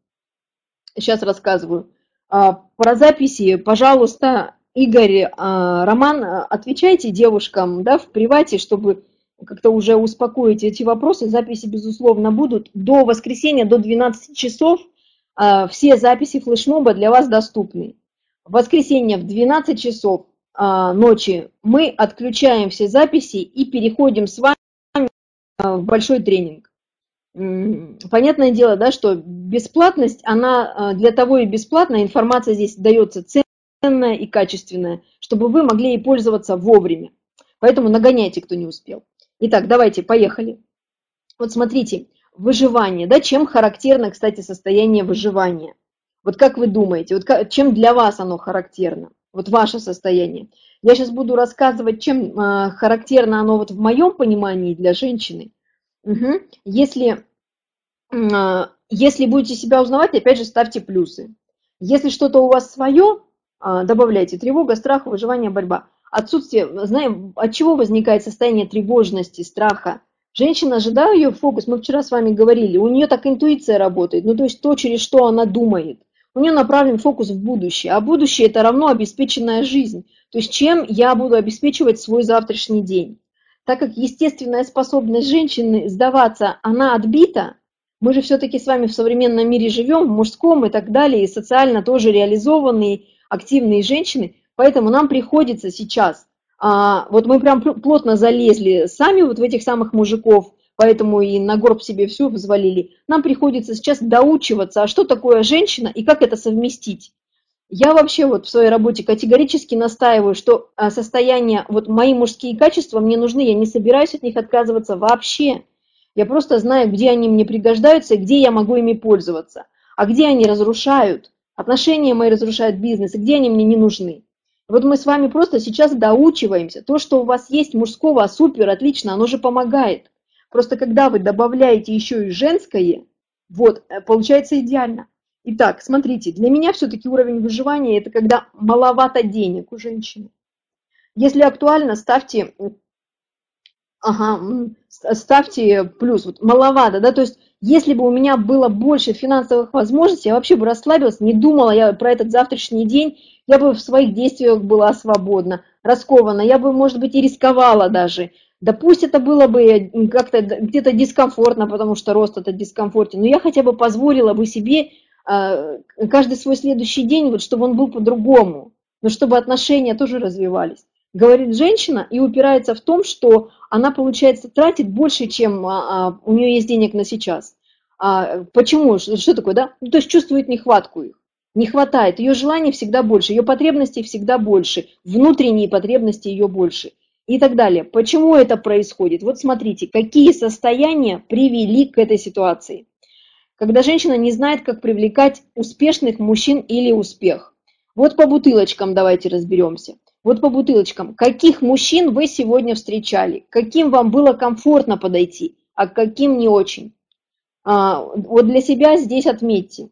Speaker 3: Про записи, пожалуйста, Игорь, Роман, отвечайте девушкам, да, в привате, чтобы как-то уже успокоить эти вопросы. Записи, безусловно, будут. До воскресенья, до 12 часов все записи флешмоба для вас доступны. В воскресенье в 12 часов ночи мы отключаем все записи и переходим с вами в большой тренинг. Понятное дело, да, что бесплатность, она для того и бесплатная, информация здесь дается ценная и качественная, чтобы вы могли ей пользоваться вовремя. Поэтому нагоняйте, кто не успел. Итак, давайте, поехали. Смотрите, выживание, да, чем характерно, кстати, состояние выживания? Как вы думаете, чем для вас оно характерно? Ваше состояние. Я сейчас буду рассказывать, чем характерно оно в моем понимании для женщины. Угу. Если будете себя узнавать, опять же, ставьте плюсы. Если что-то у вас свое, добавляйте тревога, страх, выживание, борьба. Отсутствие, знаем, от чего возникает состояние тревожности, страха. Женщина, ожидая ее фокус, мы вчера с вами говорили, у нее так интуиция работает, то есть то, через что она думает. у нее направлен фокус в будущее, а будущее это равно обеспеченная жизнь. То есть чем я буду обеспечивать свой завтрашний день. Так как естественная способность женщины сдаваться, она отбита, мы же все-таки с вами в современном мире живем, в мужском и так далее, и социально тоже реализованные, активные женщины, поэтому нам приходится сейчас, вот мы прям плотно залезли сами вот в этих самых мужиков, поэтому и на горб себе все взвалили, нам приходится сейчас доучиваться, а что такое женщина и как это совместить. Я вообще вот в своей работе категорически настаиваю, что состояние, вот мои мужские качества мне нужны, я не собираюсь от них отказываться вообще. Я просто знаю, где они мне пригождаются и где я могу ими пользоваться. А где они разрушают, отношения мои разрушают бизнес, и где они мне не нужны. Вот мы с вами просто сейчас доучиваемся. То, что у вас есть мужского, супер, отлично, оно же помогает. Просто когда вы добавляете еще и женское, вот, получается идеально. Итак, смотрите, для меня все-таки уровень выживания – это когда маловато денег у женщины. Если актуально, ставьте плюс, вот маловато, да, то есть если бы у меня было больше финансовых возможностей, я вообще бы расслабилась, не думала я про этот завтрашний день, я бы в своих действиях была свободна, раскована, я бы, может быть, и рисковала даже. Да пусть это было бы как-то где-то дискомфортно, потому что рост это дискомфортен, но я хотя бы позволила бы себе каждый свой следующий день, вот, чтобы он был по-другому, но чтобы отношения тоже развивались. Говорит женщина и упирается в том, что она, получается, тратит больше, чем у нее есть денег на сейчас. Почему? Что такое, да? Ну, то есть чувствует нехватку их. Не хватает. Ее желаний всегда больше, ее потребностей всегда больше, внутренние потребности ее больше и так далее. Почему это происходит? Вот смотрите, какие состояния привели к этой ситуации. Когда женщина не знает, как привлекать успешных мужчин или успех. Вот по бутылочкам давайте разберемся. Вот по бутылочкам. Каких мужчин вы сегодня встречали? Каким вам было комфортно подойти, а каким не очень? Вот для себя здесь отметьте.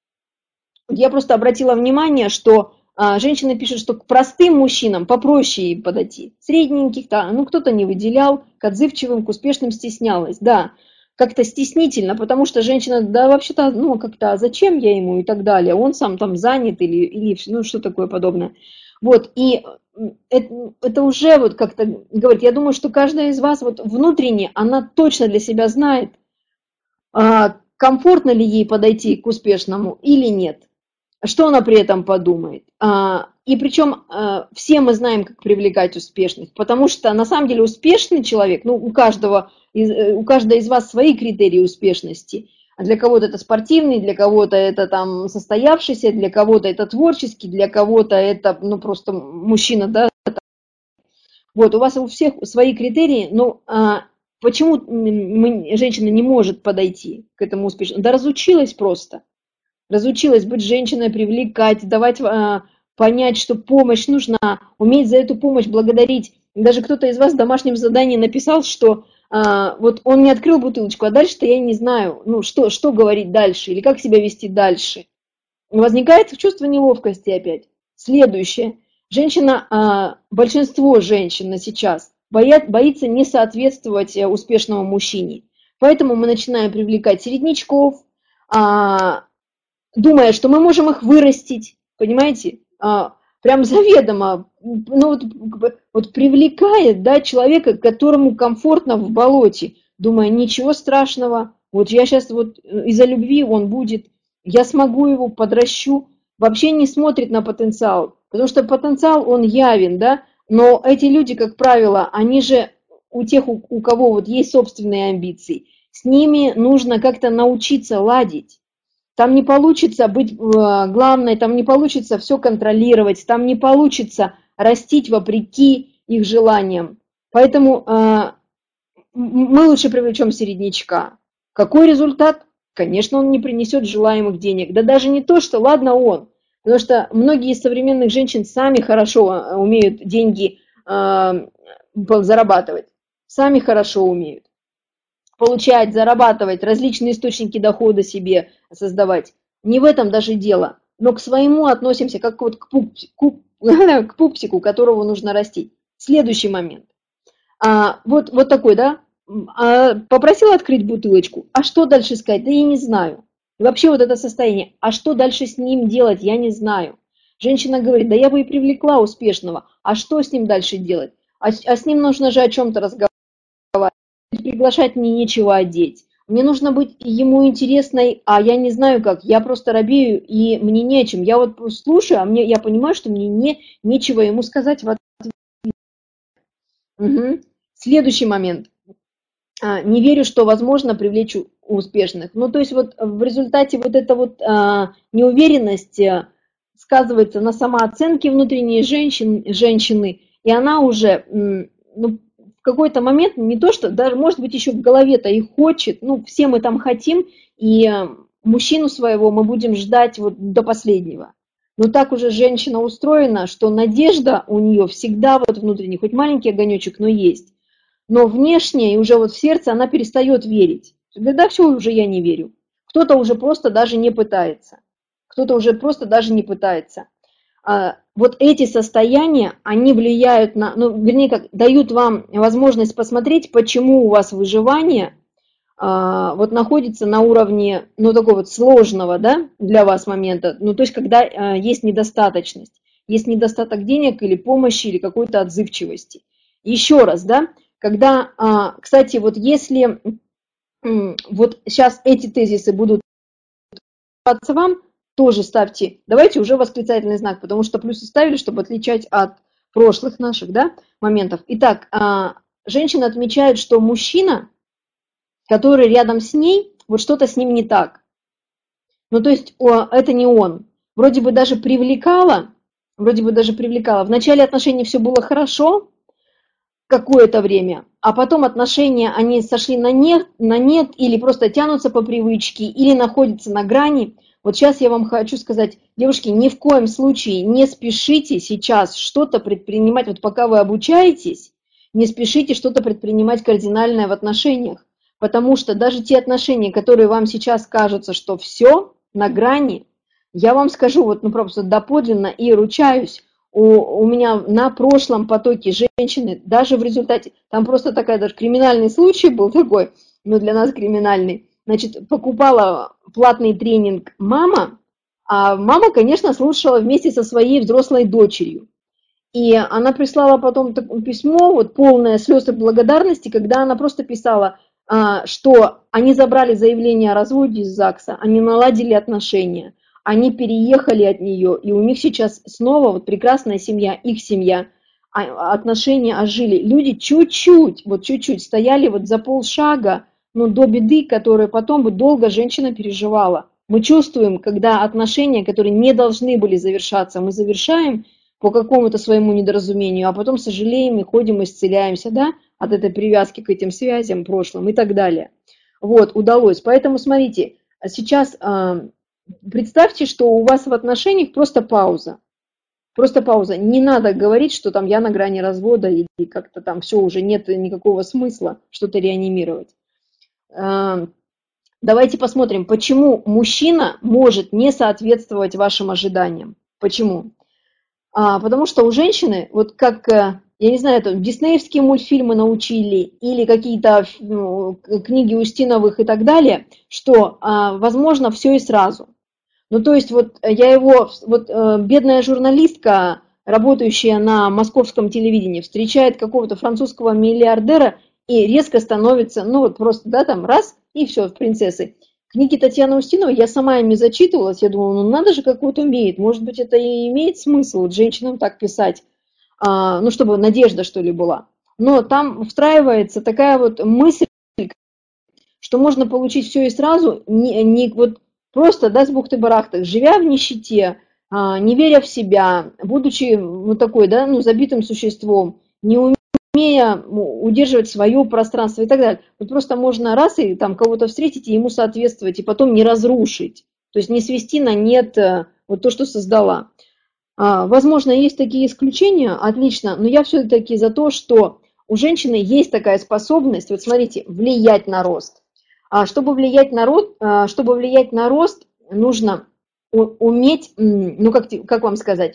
Speaker 3: Я просто обратила внимание, что женщины пишут, что к простым мужчинам попроще подойти. Средненьких, да, ну кто-то не выделял, к отзывчивым, к успешным стеснялась, да. Как-то стеснительно, потому что женщина, да вообще-то, ну как-то, а зачем я ему и так далее, он сам там занят или ну что такое подобное. Вот, и это уже вот как-то говорит, я думаю, что каждая из вас вот внутренне, она точно для себя знает, комфортно ли ей подойти к успешному или нет. Что она при этом подумает? И причем все мы знаем, как привлекать успешных, потому что на самом деле успешный человек, ну у каждой из вас свои критерии успешности. Для кого-то это спортивный, для кого-то это там состоявшийся, для кого-то это творческий, для кого-то это ну просто мужчина, да. Вот у вас у всех свои критерии, но почему женщина не может подойти к этому успешному? Да разучилась просто. Разучилась быть женщиной, привлекать, давать понять, что помощь нужна, уметь за эту помощь благодарить. Даже кто-то из вас в домашнем задании написал, что вот он не открыл бутылочку, а дальше-то я не знаю, ну что говорить дальше или как себя вести дальше. Возникает чувство неловкости опять. Следующее. Женщина, большинство женщин на сейчас боится не соответствовать успешному мужчине. Поэтому мы начинаем привлекать середнячков, думая, что мы можем их вырастить, понимаете, прям заведомо, ну, вот привлекает, да, человека, которому комфортно в болоте, думая, ничего страшного, вот я сейчас вот из-за любви он будет, я смогу его, подращу, вообще не смотрит на потенциал, потому что потенциал, он явен, да, но эти люди, как правило, они же у тех, у кого вот есть собственные амбиции, с ними нужно как-то научиться ладить. Там не получится быть главной, там не получится все контролировать, там не получится растить вопреки их желаниям. Поэтому мы лучше привлечем середнячка. Какой результат? Конечно, он не принесет желаемых денег. Да даже не то, что ладно он. Потому что многие из современных женщин сами хорошо умеют деньги зарабатывать. Сами хорошо умеют. Получать, зарабатывать, различные источники дохода себе создавать. Не в этом даже дело. Но к своему относимся как вот к пупсику, которого нужно растить. Следующий момент. Вот такой, да? Попросила открыть бутылочку. А что дальше сказать? Да я не знаю. И вообще вот это состояние, а что дальше с ним делать, я не знаю. Женщина говорит, да я бы и привлекла успешного, а что с ним дальше делать? А с ним нужно же о чем-то разговаривать, приглашать мне нечего одеть. Мне нужно быть ему интересной, а я не знаю как, я просто робею, и мне не о чем. Я вот слушаю, я понимаю, что мне нечего ему сказать в ответ. Угу. Следующий момент. Не верю, что возможно привлечь успешных. Ну, то есть вот в результате вот эта вот неуверенность сказывается на самооценке внутренней женщины, и она уже ну, в какой-то момент не то, что даже, может быть, еще в голове-то и хочет, ну, все мы там хотим, и мужчину своего мы будем ждать вот до последнего. Но так уже женщина устроена, что надежда у нее всегда вот внутренне, хоть маленький огонечек, но есть. Но внешне и уже вот в сердце она перестает верить. Да все, уже я не верю. Кто-то уже просто даже не пытается. Кто-то уже просто даже не пытается. Вот эти состояния, они влияют на, ну, вернее, как дают вам возможность посмотреть, почему у вас выживание вот находится на уровне, ну, такого вот сложного, да, для вас момента. Ну, то есть, когда есть недостаточность, есть недостаток денег или помощи, или какой-то отзывчивости. Еще раз, да, когда, кстати, вот если вот сейчас эти тезисы будут даваться вам, тоже ставьте, давайте уже восклицательный знак, потому что плюсы ставили, чтобы отличать от прошлых наших, да, моментов. Итак, женщина отмечает, что мужчина, который рядом с ней, вот что-то с ним не так. Ну, то есть это не он. Вроде бы даже привлекала. В начале отношений все было хорошо, какое-то время, а потом отношения, они сошли на нет или просто тянутся по привычке, или находятся на грани. Вот сейчас я вам хочу сказать, девушки, ни в коем случае не спешите сейчас что-то предпринимать, вот пока вы обучаетесь, не спешите что-то предпринимать кардинальное в отношениях, потому что даже те отношения, которые вам сейчас кажутся, что все на грани, я вам скажу, вот ну просто доподлинно и ручаюсь, у меня на прошлом потоке женщины, даже в результате, там просто такой даже криминальный случай был такой, но для нас криминальный, значит, покупала платный тренинг мама, а мама, конечно, слушала вместе со своей взрослой дочерью. И она прислала потом письмо, вот полное слез и благодарности, когда она просто писала, что они забрали заявление о разводе из ЗАГСа, они наладили отношения, они переехали от нее, и у них сейчас снова вот прекрасная семья, их семья, отношения ожили. Люди чуть-чуть, вот чуть-чуть стояли вот за полшага, ну, до беды, которую потом бы долго женщина переживала. Мы чувствуем, когда отношения, которые не должны были завершаться, мы завершаем по какому-то своему недоразумению, а потом сожалеем и ходим, исцеляемся, да, от этой привязки к этим связям прошлым и так далее. Вот, удалось. Поэтому, смотрите, сейчас представьте, что у вас в отношениях просто пауза. Просто пауза. Не надо говорить, что там я на грани развода или как-то там все, уже нет никакого смысла что-то реанимировать. Давайте посмотрим, почему мужчина может не соответствовать вашим ожиданиям. Почему? Потому что у женщины, вот как, я не знаю, это диснеевские мультфильмы научили или какие-то книги Устиновых и так далее, что возможно все и сразу. Ну, то есть вот бедная журналистка, работающая на московском телевидении, встречает какого-то французского миллиардера и резко становится, ну вот просто, да, там раз, и все, в принцессы. Книги Татьяны Устиновой, я сама ими зачитывалась, я думала, ну надо же, как вот умеет, может быть, это и имеет смысл вот женщинам так писать, ну, чтобы надежда, что ли, была. Но там встраивается такая вот мысль, что можно получить все и сразу, не вот просто, да, с бухты-барахты, живя в нищете, не веря в себя, будучи вот такой, да, ну, забитым существом, не умея удерживать свое пространство и так далее. Вот просто можно раз и там кого-то встретить и ему соответствовать, и потом не разрушить, то есть не свести на нет вот то, что создала. Возможно, есть такие исключения, отлично, но я все-таки за то, что у женщины есть такая способность, вот смотрите, влиять на рост. Чтобы влиять на рост, нужно уметь, ну как вам сказать,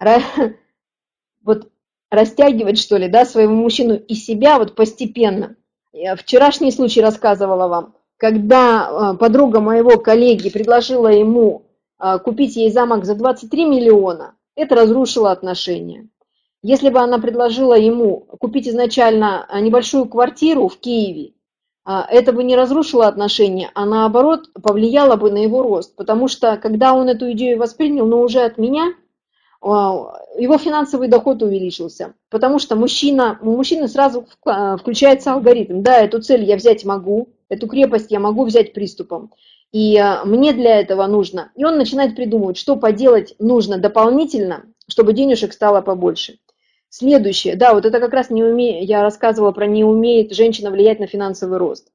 Speaker 3: вот растягивать, что ли, да, своего мужчину и себя вот постепенно. Я вчерашний случай рассказывала вам. когда подруга моего коллеги предложила ему купить ей замок за 23 миллиона, это разрушило отношения. Если бы она предложила ему купить изначально небольшую квартиру в Киеве, это бы не разрушило отношения, а наоборот повлияло бы на его рост. Потому что когда он эту идею воспринял, но уже от меня, его финансовый доход увеличился. Потому что у мужчины сразу включается алгоритм. Да, эту цель я взять могу, эту крепость я могу взять приступом. И мне для этого нужно. И он начинает придумывать, что поделать нужно дополнительно, чтобы денежек стало побольше. Следующее, да, вот это как раз я рассказывала про не умеет женщина влиять на финансовый рост.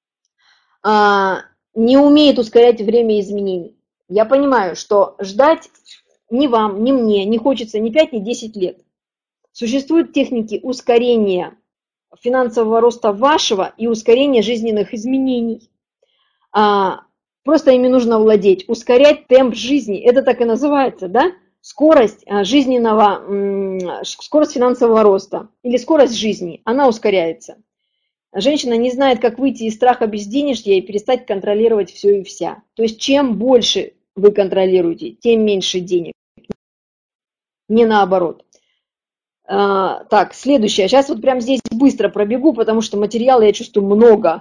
Speaker 3: Не умеет ускорять время изменений. Я понимаю, что ждать ни вам, ни мне не хочется ни 5, ни 10 лет. Существуют техники ускорения финансового роста вашего и ускорения жизненных изменений. Просто ими нужно владеть, ускорять темп жизни, это так и называется, да? Скорость скорость финансового роста или скорость жизни, она ускоряется. Женщина не знает, как выйти из страха безденежья и перестать контролировать все и вся. То есть чем больше вы контролируете, тем меньше денег, не наоборот. Так, следующее. Сейчас вот прямо здесь быстро пробегу, потому что материала, я чувствую, много.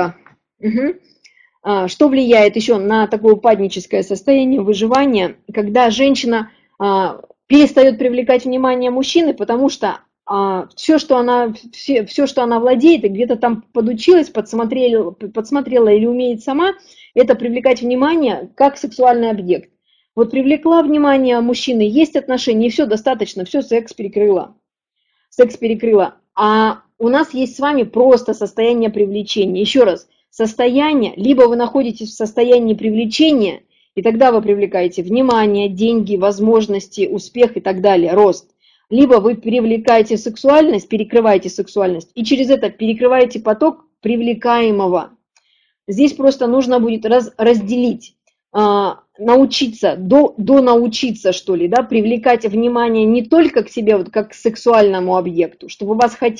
Speaker 3: Угу. Что влияет еще на такое упадническое состояние выживания, когда женщина перестает привлекать внимание мужчины, потому что все, что она владеет, и где-то там подучилась, подсмотрела или умеет сама, это привлекать внимание как сексуальный объект. Вот привлекла внимание мужчины, есть отношения, и все достаточно, все, секс перекрыла. А у нас есть с вами просто состояние привлечения. Еще раз, состояние, либо вы находитесь в состоянии привлечения, и тогда вы привлекаете внимание, деньги, возможности, успех и так далее, рост. Либо вы привлекаете сексуальность, перекрываете сексуальность, и через это перекрываете поток привлекаемого. Здесь просто нужно будет разделить, научиться, донаучиться, что ли, да, привлекать внимание не только к себе, вот как к сексуальному объекту, чтобы вас хотели,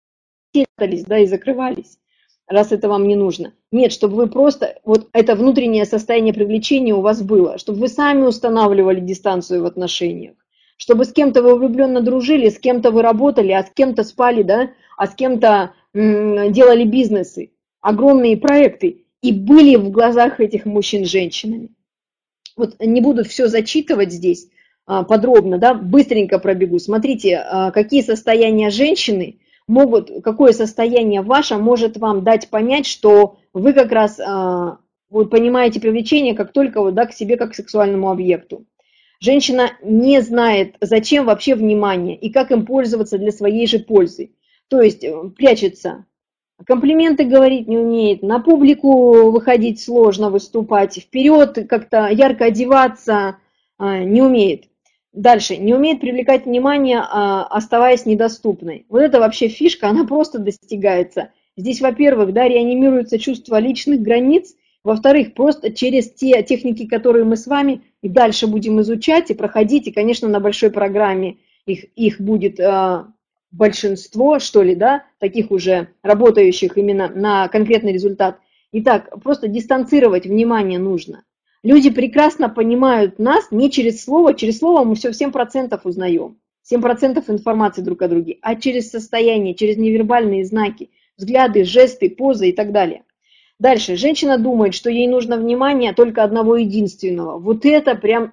Speaker 3: да, и закрывались, раз это вам не нужно. Нет, чтобы вы просто, вот это внутреннее состояние привлечения у вас было, чтобы вы сами устанавливали дистанцию в отношениях, чтобы с кем-то вы влюбленно дружили, с кем-то вы работали, а с кем-то спали, да, а с кем-то делали бизнесы, огромные проекты, и были в глазах этих мужчин женщинами. Вот не буду все зачитывать здесь подробно, да, быстренько пробегу. Смотрите, какие состояния женщины могут, какое состояние ваше может вам дать понять, что вы как раз вот понимаете привлечение как только вот, да, к себе как к сексуальному объекту. Женщина не знает, зачем вообще внимание и как им пользоваться для своей же пользы. То есть прячется, комплименты говорить не умеет, на публику выходить сложно, выступать, вперед как-то ярко одеваться не умеет. Дальше, не умеет привлекать внимание, оставаясь недоступной. Вот это вообще фишка, она просто достигается. Здесь, во-первых, да, реанимируется чувство личных границ, во-вторых, просто через те техники, которые мы с вами и дальше будем изучать и проходить, и, конечно, на большой программе их будет большинство, что ли, да, таких уже работающих именно на конкретный результат. Итак, просто дистанцировать внимание нужно. Люди прекрасно понимают нас не через слово мы все в 7% узнаем, 7% информации друг о друге, а через состояние, через невербальные знаки, взгляды, жесты, позы и так далее. Дальше, женщина думает, что ей нужно внимание только одного единственного. Вот это прям,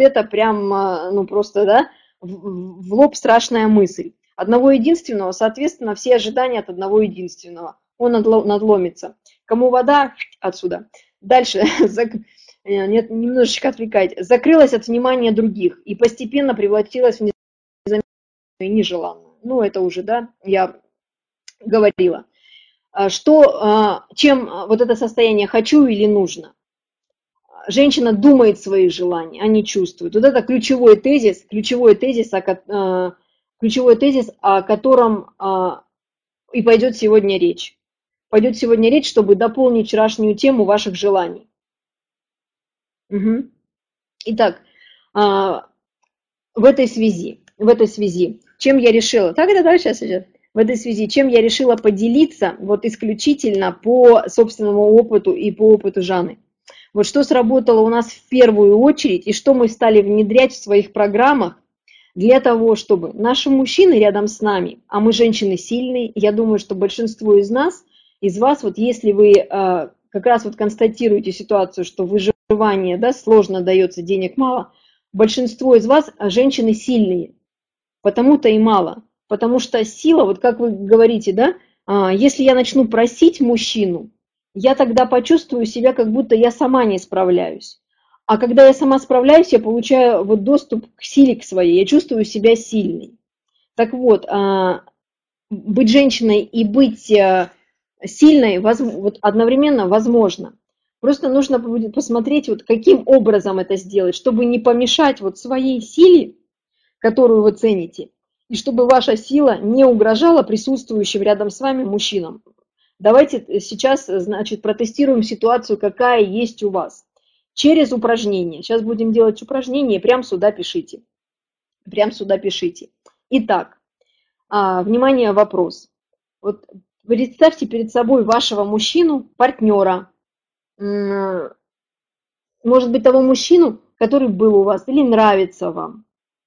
Speaker 3: ну просто, да, в лоб страшная мысль. Одного единственного, соответственно, все ожидания от одного единственного. Он надломится. Кому вода? Отсюда. Дальше, нет, немножечко отвлекать. Закрылась от внимания других и постепенно превратилась в незаметную и нежеланную. Ну, это уже, да, я говорила. Чем вот это состояние хочу или нужно? Женщина думает свои желания, а не чувствует. Вот это ключевой тезис, о котором и пойдет сегодня речь. Пойдет сегодня речь, чтобы дополнить вчерашнюю тему ваших желаний. Угу. Итак, в этой связи, чем я решила? Так, это дальше сейчас. в этой связи, чем я решила поделиться вот исключительно по собственному опыту и по опыту Жанны. Вот что сработало у нас в первую очередь и что мы стали внедрять в своих программах для того, чтобы наши мужчины рядом с нами, а мы женщины сильные, я думаю, что большинство из нас, из вас, вот если вы как раз вот констатируете ситуацию, что выживание, да, сложно дается, денег мало, большинство из вас женщины сильные, потому-то и мало. Потому что сила, вот как вы говорите, да, если я начну просить мужчину, я тогда почувствую себя, как будто я сама не справляюсь. А когда я сама справляюсь, я получаю вот доступ к силе к своей, я чувствую себя сильной. Так вот, быть женщиной и быть сильной вот одновременно возможно. Просто нужно будет посмотреть, вот каким образом это сделать, чтобы не помешать вот своей силе, которую вы цените, и чтобы ваша сила не угрожала присутствующим рядом с вами мужчинам. Давайте сейчас, значит, протестируем ситуацию, какая есть у вас. Через упражнение. Сейчас будем делать упражнение, прямо сюда пишите. Прямо сюда пишите. Итак, внимание, вопрос. Вот представьте перед собой вашего мужчину, партнера, может быть, того мужчину, который был у вас или нравится вам.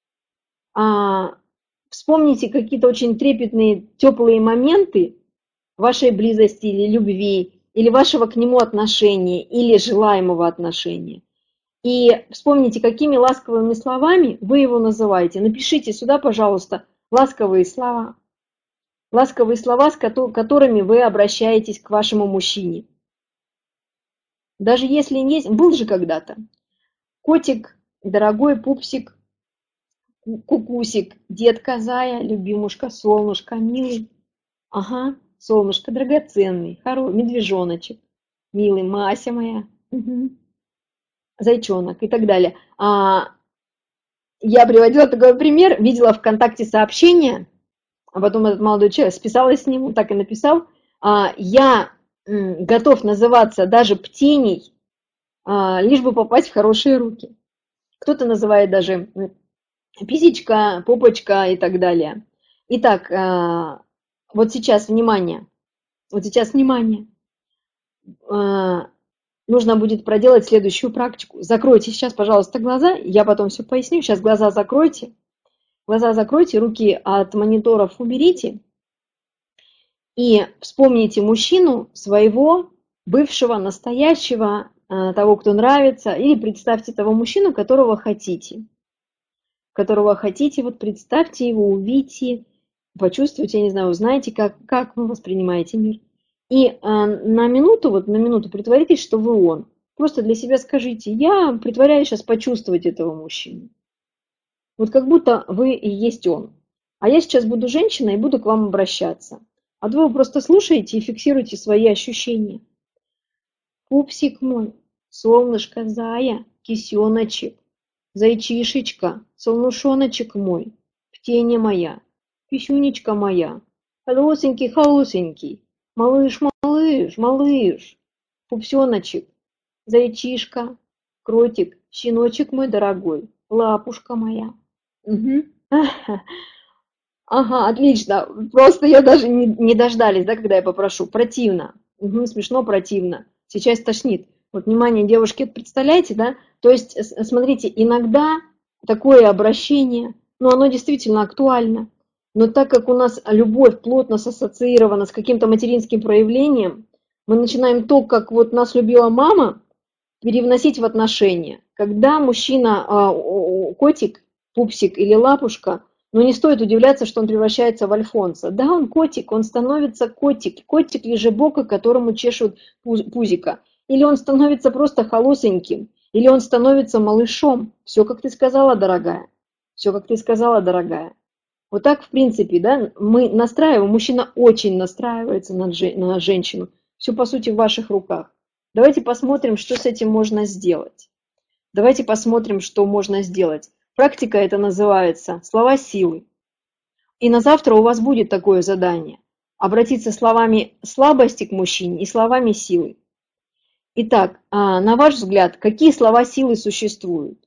Speaker 3: Вспомните какие-то очень трепетные, теплые моменты вашей близости или любви, или вашего к нему отношения, или желаемого отношения. И вспомните, какими ласковыми словами вы его называете. Напишите сюда, пожалуйста, ласковые слова. Ласковые слова, с которыми вы обращаетесь к вашему мужчине. Даже если есть, был же когда-то. Котик, дорогой пупсик, кукусик, детка Зая, любимушка, солнышко, милый. Ага, солнышко драгоценный, медвежоночек, милый, Мася моя, зайчонок и так далее. Я приводила такой пример, видела ВКонтакте сообщение, а потом этот молодой человек списалась с ним, он так и написал, я готов называться даже птеней, лишь бы попасть в хорошие руки. Кто-то называет даже писечка, попочка и так далее. Итак, вот сейчас внимание. Нужно будет проделать следующую практику. Закройте сейчас, пожалуйста, глаза. Я потом все поясню. Сейчас глаза закройте. Глаза закройте, руки от мониторов уберите. И вспомните мужчину своего бывшего, настоящего, того, кто нравится. Или представьте того мужчину, которого хотите. Вот представьте его, увидите, почувствуйте, я не знаю, узнаете, как вы воспринимаете мир. И на минуту притворитесь, что вы он. Просто для себя скажите, я притворяюсь сейчас почувствовать этого мужчину. Вот как будто вы и есть он. А я сейчас буду женщина и буду к вам обращаться. А вы просто слушаете и фиксируете свои ощущения. Пупсик мой, солнышко, зая, кисеночек, зайчишечка, солнушоночек мой, птенья моя, писюнечка моя, холосенький, малыш, пупсеночек, зайчишка, кротик, щеночек мой дорогой, лапушка моя. Угу. Ага, отлично. Просто я даже не дождались, да, когда я попрошу. Противно. Угу, смешно, противно. Сейчас тошнит. Вот, внимание, девушки, представляете, да? То есть, смотрите, иногда такое обращение, оно действительно актуально. Но так как у нас любовь плотно ассоциирована с каким-то материнским проявлением, мы начинаем то, как вот нас любила мама, перевносить в отношения. Когда мужчина, котик, пупсик или лапушка, не стоит удивляться, что он превращается в альфонса. Да, он котик, он становится котик лежебока, которому чешут пузика. Или он становится просто холосеньким, или он становится малышом. Все, как ты сказала, дорогая. Вот так, в принципе, да, мы настраиваем, мужчина очень настраивается на женщину. Все, по сути, в ваших руках. Давайте посмотрим, что с этим можно сделать. Практика это называется «Слова силы». И на завтра у вас будет такое задание. Обратиться словами слабости к мужчине и словами силы. Итак, на ваш взгляд, какие слова силы существуют?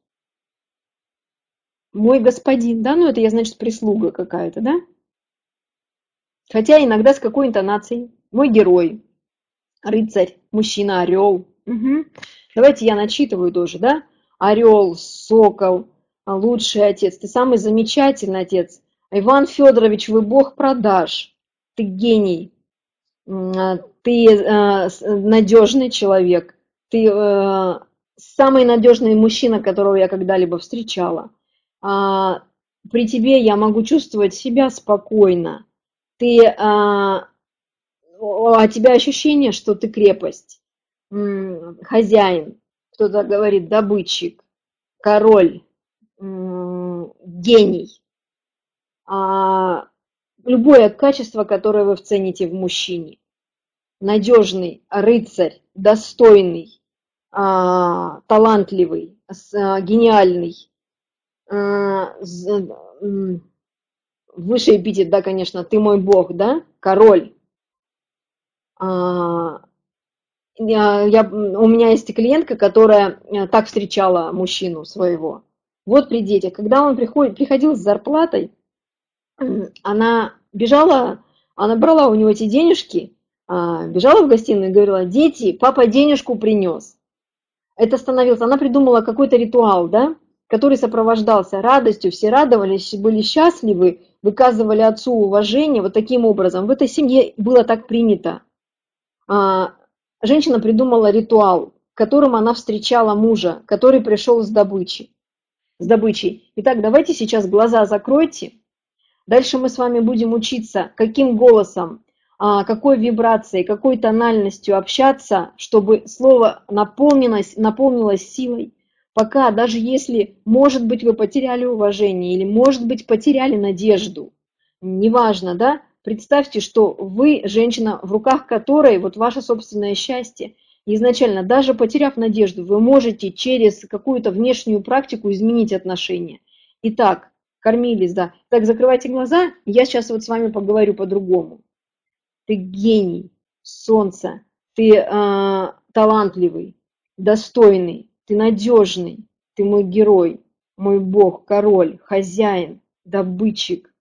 Speaker 3: Мой господин, да? Это я, значит, прислуга какая-то, да? Хотя иногда с какой интонацией? Мой герой, рыцарь, мужчина, орел. Угу. Давайте я начитываю тоже, да? Орел, сокол, лучший отец. Ты самый замечательный отец. Иван Федорович, вы бог продаж. Ты гений. Ты надежный человек. Ты самый надежный мужчина, которого я когда-либо встречала. При тебе я могу чувствовать себя спокойно. У тебя ощущение, что ты крепость, хозяин, кто-то говорит добытчик, король, гений. Любое качество, которое вы цените в мужчине. Надежный, рыцарь, достойный, талантливый, гениальный. Высший эпитет, да, конечно, ты мой бог, да, король. У меня есть клиентка, которая так встречала мужчину своего. Вот при детях, когда он приходил с зарплатой, она бежала, она брала у него эти денежки, бежала в гостиную и говорила: дети, папа денежку принес. Это становилось, она придумала какой-то ритуал, да, который сопровождался радостью, все радовались, были счастливы, выказывали отцу уважение, вот таким образом. В этой семье было так принято. Женщина придумала ритуал, которым она встречала мужа, который пришел с добычей. Итак, давайте сейчас глаза закройте. Дальше мы с вами будем учиться, каким голосом, какой вибрацией, какой тональностью общаться, чтобы слово наполнилось силой. Пока, даже если, может быть, вы потеряли уважение или, может быть, потеряли надежду, неважно, да, представьте, что вы женщина, в руках которой вот ваше собственное счастье. Изначально, даже потеряв надежду, вы можете через какую-то внешнюю практику изменить отношения. Итак, кормились, да. Так, закрывайте глаза, я сейчас вот с вами поговорю по-другому. Ты гений, солнце, ты талантливый, достойный, ты надежный, ты мой герой, мой бог, король, хозяин, добытчик,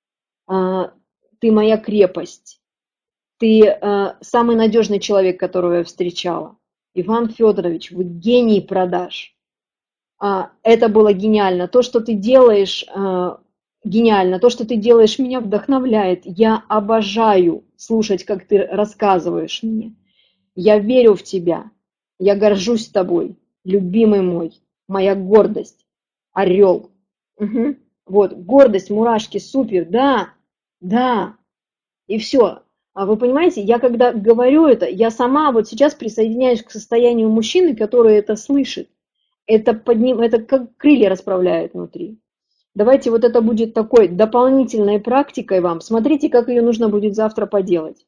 Speaker 3: ты моя крепость, ты самый надежный человек, которого я встречала. Иван Федорович, вы гений продаж. Это было гениально. То, что ты делаешь, гениально. То, что ты делаешь, меня вдохновляет. Я обожаю слушать, как ты рассказываешь мне. Я верю в тебя. Я горжусь тобой, любимый мой, моя гордость. Орел. Угу. Вот, гордость, мурашки, супер, да, да. И все. Вы понимаете, я когда говорю это, я сама вот сейчас присоединяюсь к состоянию мужчины, который это слышит. Это как крылья расправляет внутри. Давайте вот это будет такой дополнительной практикой вам. Смотрите, как ее нужно будет завтра поделать.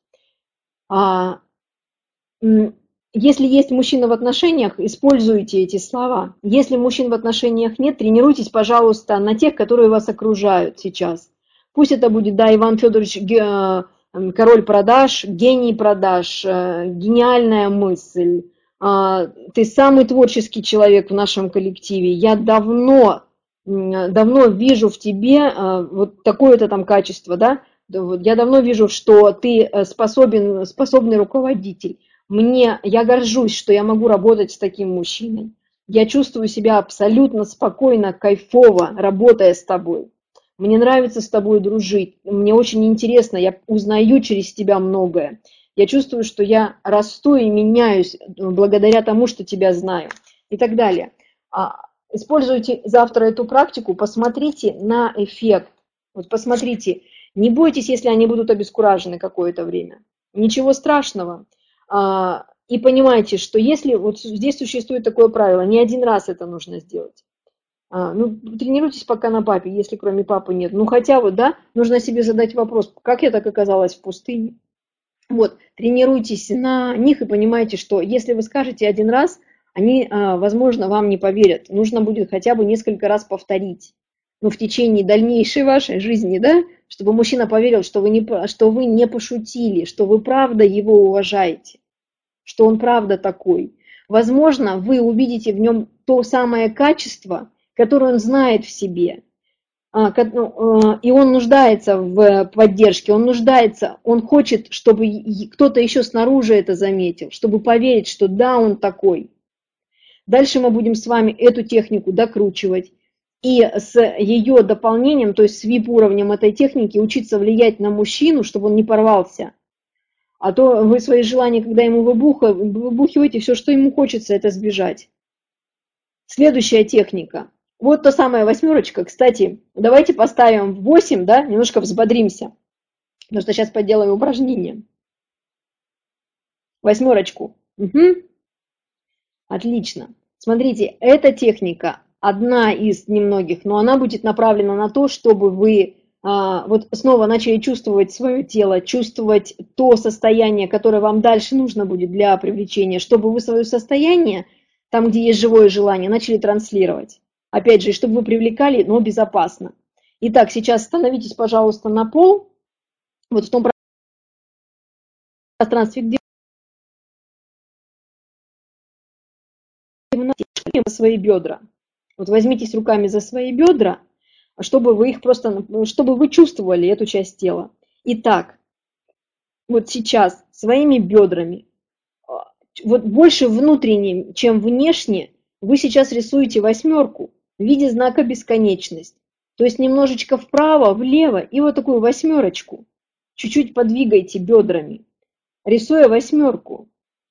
Speaker 3: Если есть мужчина в отношениях, используйте эти слова. Если мужчин в отношениях нет, тренируйтесь, пожалуйста, на тех, которые вас окружают сейчас. Пусть это будет, да, Иван Федорович, король продаж, гений продаж, гениальная мысль. Ты самый творческий человек в нашем коллективе. Я давно вижу в тебе вот такое-то там качество, да? Я давно вижу, что ты способный руководитель. Я горжусь, что я могу работать с таким мужчиной. Я чувствую себя абсолютно спокойно, кайфово, работая с тобой. Мне нравится с тобой дружить. Мне очень интересно, я узнаю через тебя многое. Я чувствую, что я расту и меняюсь благодаря тому, что тебя знаю. И так далее. Используйте завтра эту практику, посмотрите на эффект. Вот посмотрите, не бойтесь, если они будут обескуражены какое-то время. Ничего страшного. И понимайте, что если вот здесь существует такое правило, не один раз это нужно сделать. Тренируйтесь пока на папе, если кроме папы нет. Хотя вот, да, нужно себе задать вопрос, как я так оказалась в пустыне. Вот, тренируйтесь на них и понимайте, что если вы скажете один раз, они, возможно, вам не поверят. Нужно будет хотя бы несколько раз повторить. В течение дальнейшей вашей жизни, да, чтобы мужчина поверил, что вы не пошутили, что вы правда его уважаете, что он правда такой. Возможно, вы увидите в нем то самое качество, которое он знает в себе. и он нуждается в поддержке, он нуждается, он хочет, чтобы кто-то еще снаружи это заметил, чтобы поверить, что да, он такой. Дальше мы будем с вами эту технику докручивать и с ее дополнением, то есть с VIP-уровнем этой техники, учиться влиять на мужчину, чтобы он не порвался. А то вы свои желания, когда ему выбухиваете, все, что ему хочется, это сбежать. Следующая техника. Вот та самая восьмерочка. Кстати, давайте поставим 8, да, немножко взбодримся, потому что сейчас поделаем упражнение. Восьмерочку. Угу. Отлично. Смотрите, эта техника одна из немногих, но она будет направлена на то, чтобы вы вот снова начали чувствовать свое тело, чувствовать то состояние, которое вам дальше нужно будет для привлечения, чтобы вы свое состояние, там, где есть живое желание, начали транслировать. Опять же, чтобы вы привлекали, но безопасно. Итак, сейчас становитесь, пожалуйста, на пол, вот в том пространстве, где вы носите свои бедра. Вот возьмитесь руками за свои бедра, чтобы вы их просто, чтобы вы чувствовали эту часть тела. Итак, вот сейчас своими бедрами, вот больше внутренне, чем внешне, вы сейчас рисуете восьмерку в виде знака бесконечность. То есть немножечко вправо, влево и вот такую восьмерочку. Чуть-чуть подвигайте бедрами, рисуя восьмерку.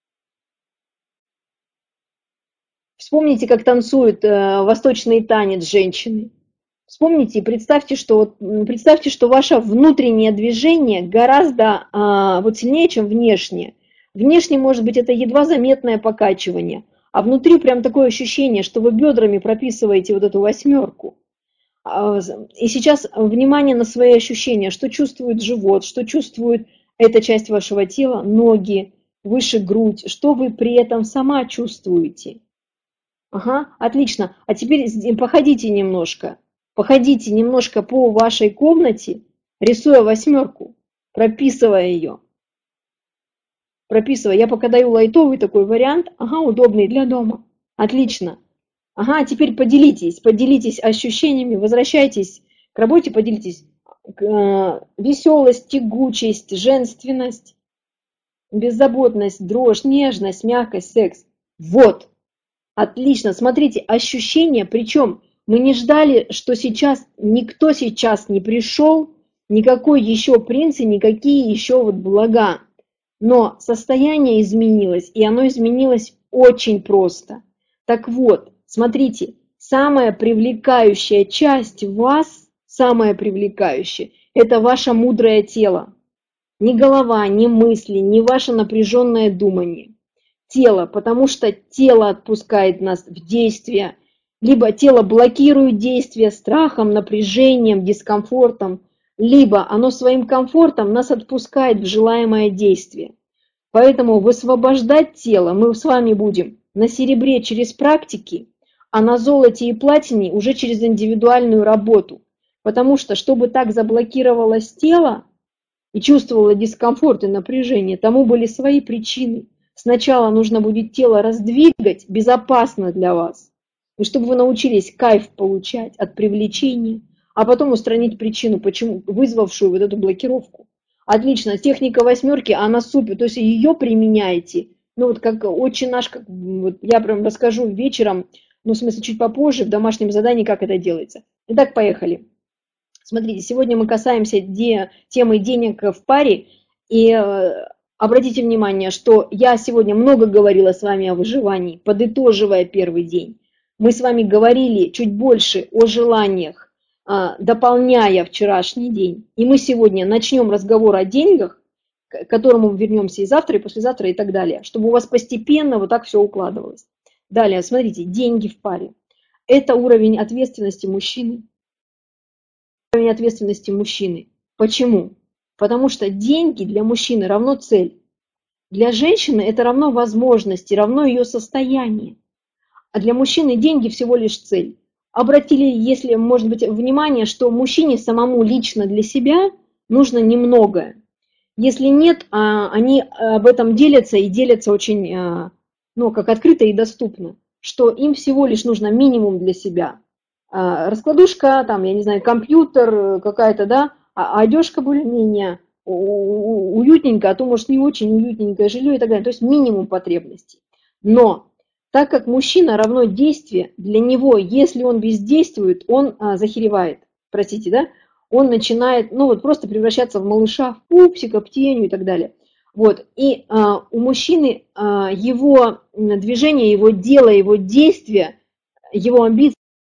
Speaker 3: Вспомните, как танцует восточный танец женщины. Вспомните и представьте, что ваше внутреннее движение гораздо вот сильнее, чем внешнее. Внешне, может быть, это едва заметное покачивание, а внутри прям такое ощущение, что вы бедрами прописываете вот эту восьмерку. И сейчас внимание на свои ощущения, что чувствует живот, что чувствует эта часть вашего тела, ноги, выше грудь, что вы при этом сама чувствуете. Ага, отлично. А теперь походите немножко по вашей комнате, рисуя восьмерку, прописывая ее. Я пока даю лайтовый такой вариант, ага, удобный для дома. Отлично. Ага, теперь поделитесь ощущениями, возвращайтесь к работе, поделитесь. Веселость, тягучесть, женственность, беззаботность, дрожь, нежность, мягкость, секс. Вот. Отлично. Смотрите, ощущения, причем мы не ждали, что никто сейчас не пришел, никакой еще принц и никакие еще вот блага. Но состояние изменилось, и оно изменилось очень просто. Так вот, смотрите, самая привлекающая часть вас, самая привлекающая, это ваше мудрое тело. Ни голова, ни мысли, ни ваше напряженное думание. Тело, потому что тело отпускает нас в действие, либо тело блокирует действие страхом, напряжением, дискомфортом, либо оно своим комфортом нас отпускает в желаемое действие. Поэтому высвобождать тело мы с вами будем на серебре через практики, а на золоте и платине уже через индивидуальную работу. Потому что, чтобы так заблокировалось тело и чувствовало дискомфорт и напряжение, тому были свои причины. Сначала нужно будет тело раздвигать безопасно для вас, и чтобы вы научились кайф получать от привлечения, а потом устранить причину, почему вызвавшую вот эту блокировку. Отлично, техника восьмерки, она супер, то есть ее применяете. Ну вот как отче наш, вот я прям расскажу вечером, ну в смысле чуть попозже в домашнем задании, как это делается. Итак, поехали. Смотрите, сегодня мы касаемся темы денег в паре, и обратите внимание, что я сегодня много говорила с вами о выживании, подытоживая первый день. Мы с вами говорили чуть больше о желаниях, дополняя вчерашний день. И мы сегодня начнем разговор о деньгах, к которому вернемся и завтра, и послезавтра, и так далее, чтобы у вас постепенно вот так все укладывалось. Далее, смотрите, деньги в паре. Это уровень ответственности мужчины. Уровень ответственности мужчины. Почему? Потому что деньги для мужчины равно цель. Для женщины это равно возможности, равно ее состояние. А для мужчины деньги всего лишь цель. Обратили, если, может быть, внимание, что мужчине самому лично для себя нужно немного. Если нет, они об этом делятся и делятся очень, ну, как открыто и доступно, что им всего лишь нужно минимум для себя. раскладушка, там, я не знаю, компьютер какая-то, да, а одежка более-менее уютненько, а то, может, не очень уютненькое жилье и так далее. То есть минимум потребностей. Но так как мужчина равно действие, для него, если он бездействует, он захеревает, простите, да, он начинает, ну вот просто превращаться в малыша, в пупсика, птенью и так далее. Вот, и у мужчины его движение, его дело, его действия, его амбиции,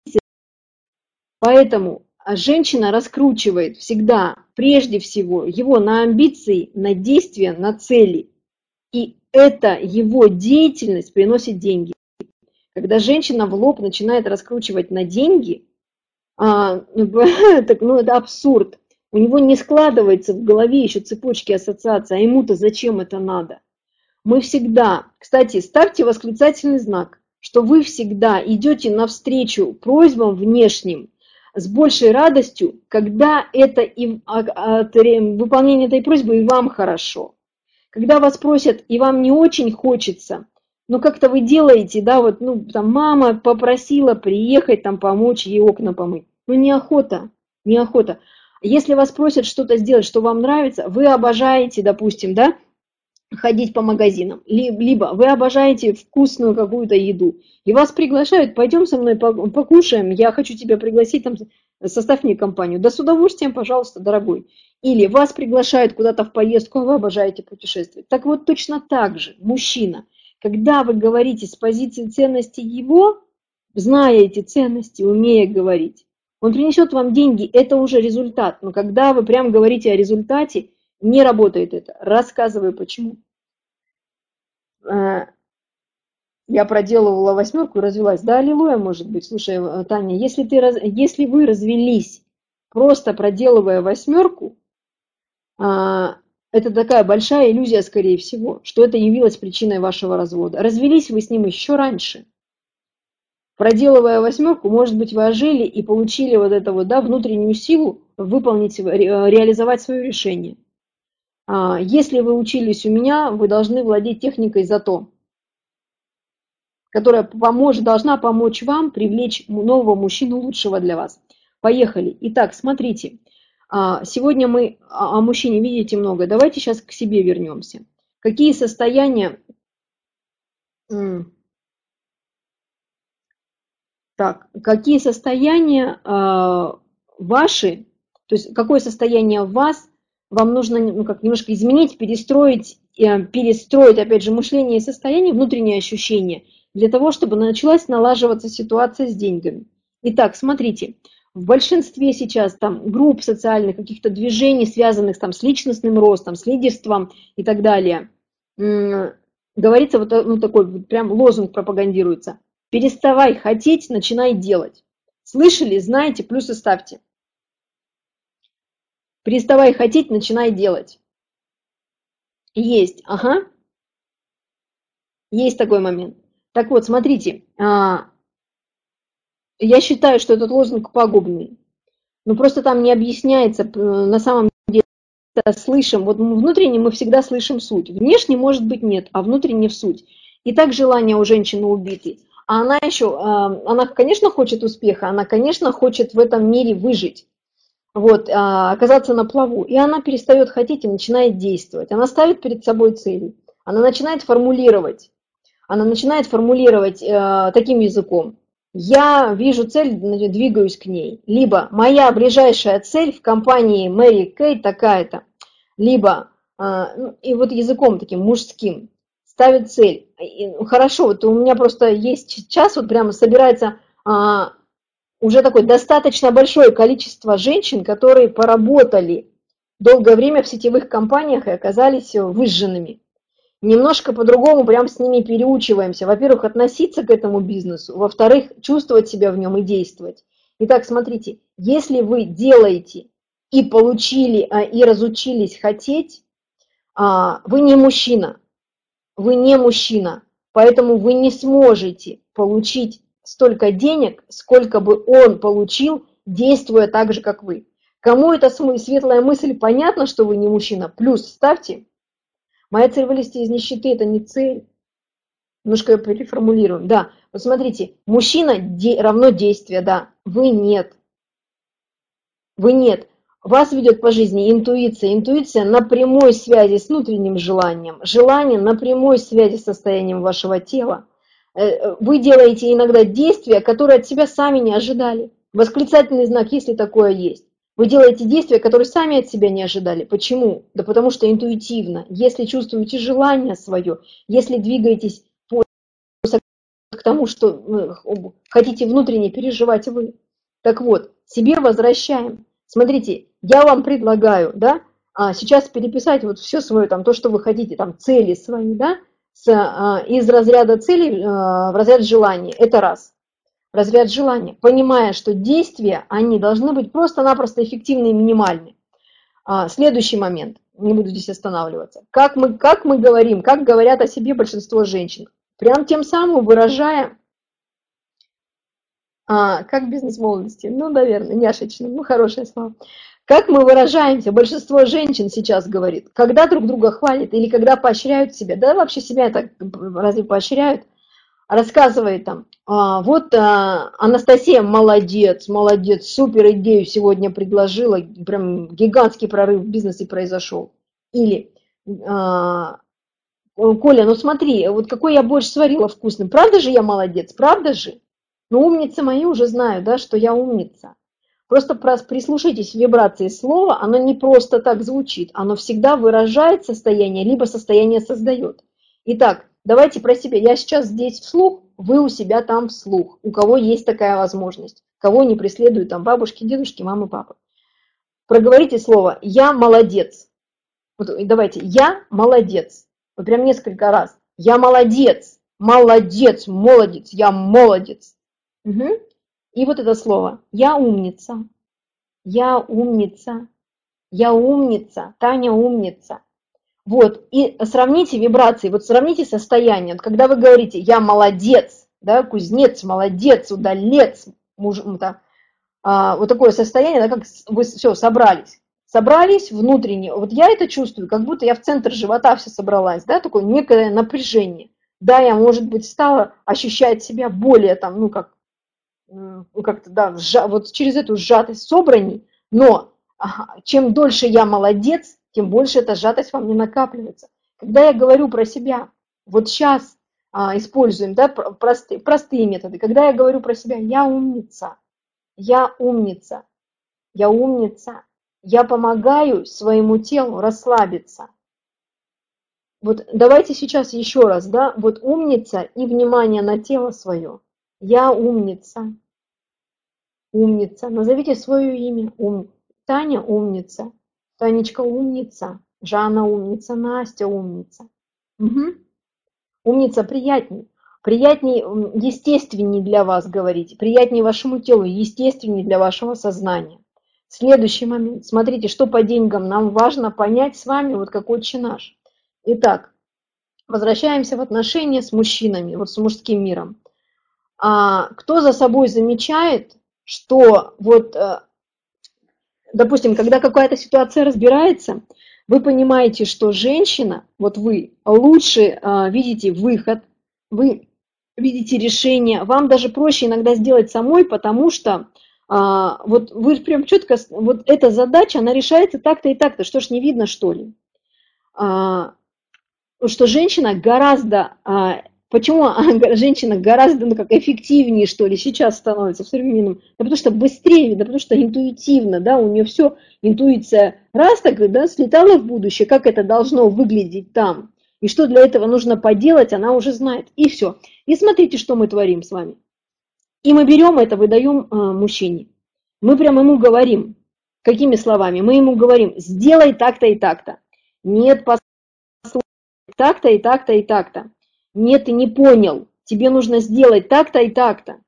Speaker 3: поэтому женщина раскручивает всегда, прежде всего, его на амбиции, на действия, на цели. И эта его деятельность приносит деньги. Когда женщина в лоб начинает раскручивать на деньги, это абсурд. У него не складывается в голове еще цепочки ассоциаций, а ему-то зачем это надо? Мы всегда, кстати, ставьте восклицательный знак, что вы всегда идете навстречу просьбам внешним с большей радостью, когда это от выполнения этой просьбы и вам хорошо. Когда вас просят и вам не очень хочется, но как-то вы делаете, да, вот, ну, там, мама попросила приехать, там, помочь ей окна помыть. Ну, неохота. Если вас просят что-то сделать, что вам нравится, вы обожаете, допустим, да, ходить по магазинам, либо вы обожаете вкусную какую-то еду, и вас приглашают, пойдем со мной покушаем, я хочу тебя пригласить, там, составь мне компанию. Да с удовольствием, пожалуйста, дорогой. Или вас приглашают куда-то в поездку, а вы обожаете путешествовать. Так вот, точно так же, мужчина, когда вы говорите с позиции ценности его, зная эти ценности, умея говорить, он принесет вам деньги, это уже результат. Но когда вы прям говорите о результате, не работает это. Рассказываю почему. Я проделывала восьмерку и развелась. Да, аллилуйя, может быть. Слушай, Таня, если вы развелись, просто проделывая восьмерку, это такая большая иллюзия, скорее всего, что это явилось причиной вашего развода. Развелись вы с ним еще раньше. Проделывая восьмерку, может быть, вы ожили и получили вот эту вот, да, внутреннюю силу выполнить, реализовать свое решение. Если вы учились у меня, вы должны владеть техникой «Зато», которая должна помочь вам привлечь нового мужчину лучшего для вас. Поехали. Итак, смотрите. Сегодня мы о мужчине видите много. Давайте сейчас к себе вернемся. Какие состояния... Так, какие состояния ваши, то есть какое состояние в вас вам нужно немножко изменить, перестроить, опять же, мышление и состояние, внутренние ощущения, для того, чтобы началась налаживаться ситуация с деньгами. Итак, смотрите, в большинстве сейчас там групп социальных, каких-то движений, связанных там с личностным ростом, с лидерством и так далее, говорится вот такой прям лозунг пропагандируется. Переставай хотеть, начинай делать. Слышали, знаете, плюсы ставьте. Переставай хотеть, начинай делать. Есть, ага. Есть такой момент. Так вот, смотрите, я считаю, что этот лозунг пагубный. Но просто там не объясняется, на самом деле, слышим. Вот внутренне мы всегда слышим суть. Внешне, может быть, нет, а внутренне в суть. И так желание у женщины убиты. А она еще, она, конечно, хочет успеха, она, конечно, хочет в этом мире выжить, вот, оказаться на плаву. И она перестает хотеть и начинает действовать. Она ставит перед собой цели, она начинает формулировать таким языком. Я вижу цель, двигаюсь к ней. Либо моя ближайшая цель в компании Мэри Кей такая-то. Либо, и вот языком таким мужским, ставит цель. Хорошо, вот у меня просто есть сейчас, вот прямо собирается уже такое достаточно большое количество женщин, которые поработали долгое время в сетевых компаниях и оказались выжженными. Немножко по-другому прям с ними переучиваемся. Во-первых, относиться к этому бизнесу. Во-вторых, чувствовать себя в нем и действовать. Итак, смотрите, если вы делаете и получили, и разучились хотеть, вы не мужчина. Вы не мужчина, поэтому вы не сможете получить столько денег, сколько бы он получил, действуя так же, как вы. Кому эта светлая мысль понятна, что вы не мужчина? Плюс ставьте. Моя цель вылезти из нищеты – это не цель. Немножко переформулируем. Да, вот смотрите, мужчина равно действие, да, вы нет. Вы нет. Вас ведет по жизни интуиция. Интуиция на прямой связи с внутренним желанием. Желание на прямой связи с состоянием вашего тела. Вы делаете иногда действия, которые от себя сами не ожидали. Восклицательный знак, если такое есть. Вы делаете действия, которые сами от себя не ожидали. Почему? Да потому что интуитивно. Если чувствуете желание свое, если двигаетесь к тому, что хотите внутренне переживать вы. Так вот, себе возвращаем. Смотрите, я вам предлагаю, да, сейчас переписать вот все свое, там, то, что вы хотите, там, цели свои, да, из разряда целей в разряд желаний. Это раз. Разряд желания. Понимая, что действия, они должны быть просто-напросто эффективны и минимальны. Следующий момент. Не буду здесь останавливаться. Как мы говорим, как говорят о себе большинство женщин. Прям тем самым выражая, как бизнес молодости, ну, наверное, няшечно, ну, хорошее слово. Как мы выражаемся, большинство женщин сейчас говорит, когда друг друга хвалят или когда поощряют себя, да вообще себя так разве поощряют, рассказывает там, вот Анастасия молодец, молодец, супер идею сегодня предложила, прям гигантский прорыв в бизнесе произошел. Или Коля, ну смотри, вот какой я борщ сварила вкусный, правда же я молодец, правда же? Ну умницы мои уже знают, да, что я умница. Просто прислушайтесь в вибрации слова, оно не просто так звучит, оно всегда выражает состояние, либо состояние создает. Итак, давайте про себя. Я сейчас здесь вслух, вы у себя там вслух. У кого есть такая возможность, кого не преследуют там бабушки, дедушки, мамы, папы. Проговорите слово «я молодец». Вот, давайте «я молодец». Вот прям несколько раз. «Я молодец», «молодец», «молодец», «я молодец». Угу. И вот это слово «я умница», «я умница», «я умница», «Таня умница». Вот, и сравните вибрации, вот сравните состояние. Вот когда вы говорите «я молодец», да, кузнец, молодец, удалец, вот такое состояние, да, как вы все собрались внутренне. Вот я это чувствую, как будто я в центр живота все собралась, да, такое некое напряжение. Да, я, может быть, стала ощущать себя более там, ну, как-то, да, вот через эту сжатость собраний, но чем дольше я молодец, тем больше эта сжатость во мне накапливается. Когда я говорю про себя, вот сейчас используем, да, простые методы, когда я говорю про себя, я умница, я умница, я умница, я помогаю своему телу расслабиться. Вот давайте сейчас еще раз, да, вот умница и внимание на тело свое. Я умница. Умница. Назовите свое имя. Таня умница. Танечка умница. Жанна умница. Настя умница. Угу. Умница приятней. Приятней, естественней для вас говорить. Приятней вашему телу, естественней для вашего сознания. Следующий момент. Смотрите, что по деньгам нам важно понять с вами, вот как Отче наш. Итак, возвращаемся в отношения с мужчинами, вот с мужским миром. Кто за собой замечает, что вот, допустим, когда какая-то ситуация разбирается, вы понимаете, что женщина, вот вы лучше видите выход, вы видите решение, вам даже проще иногда сделать самой, потому что вот вы прям четко, вот эта задача, она решается так-то и так-то, что ж не видно, что ли? Что женщина гораздо... Почему женщина гораздо, ну, как эффективнее, что ли, сейчас становится в современном? Да потому что быстрее, да потому что интуитивно, да, у нее все, интуиция раз так, да, слетала в будущее, как это должно выглядеть там, и что для этого нужно поделать, она уже знает, и все. И смотрите, что мы творим с вами. И мы берем это, выдаем мужчине. Мы прямо ему говорим, какими словами? Мы ему говорим, сделай так-то и так-то. Нет, послушай, так-то и так-то и так-то. Нет, ты не понял, тебе нужно сделать так-то и так-то.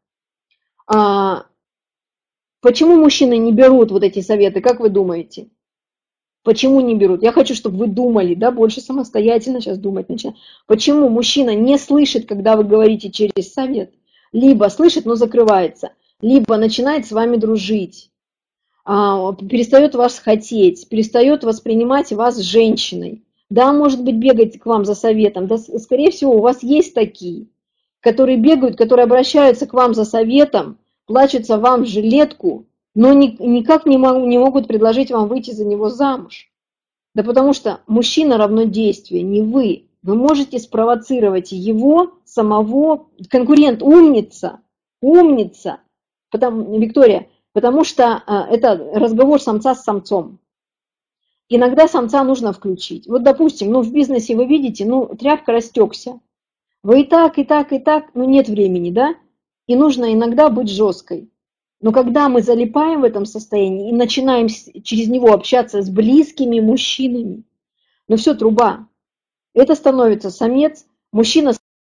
Speaker 3: Почему мужчины не берут вот эти советы, как вы думаете? Почему не берут? Я хочу, чтобы вы думали, да, больше самостоятельно сейчас думать начинать. Почему мужчина не слышит, когда вы говорите через совет? Либо слышит, но закрывается, либо начинает с вами дружить, перестает вас хотеть, перестает воспринимать вас женщиной. Да, может быть, бегать к вам за советом, да, скорее всего, у вас есть такие, которые бегают, которые обращаются к вам за советом, плачутся вам в жилетку, но никак не могут предложить вам выйти за него замуж. Да потому что мужчина равно действие, не вы. Вы можете спровоцировать его самого, конкурент умница, Виктория, потому что это разговор самца с самцом. Иногда самца нужно включить. Вот, допустим, в бизнесе вы видите, тряпка растекся. Вы и так, нет времени, да? И нужно иногда быть жесткой. Но когда мы залипаем в этом состоянии и начинаем через него общаться с близкими мужчинами, все, труба. Это становится самец, мужчина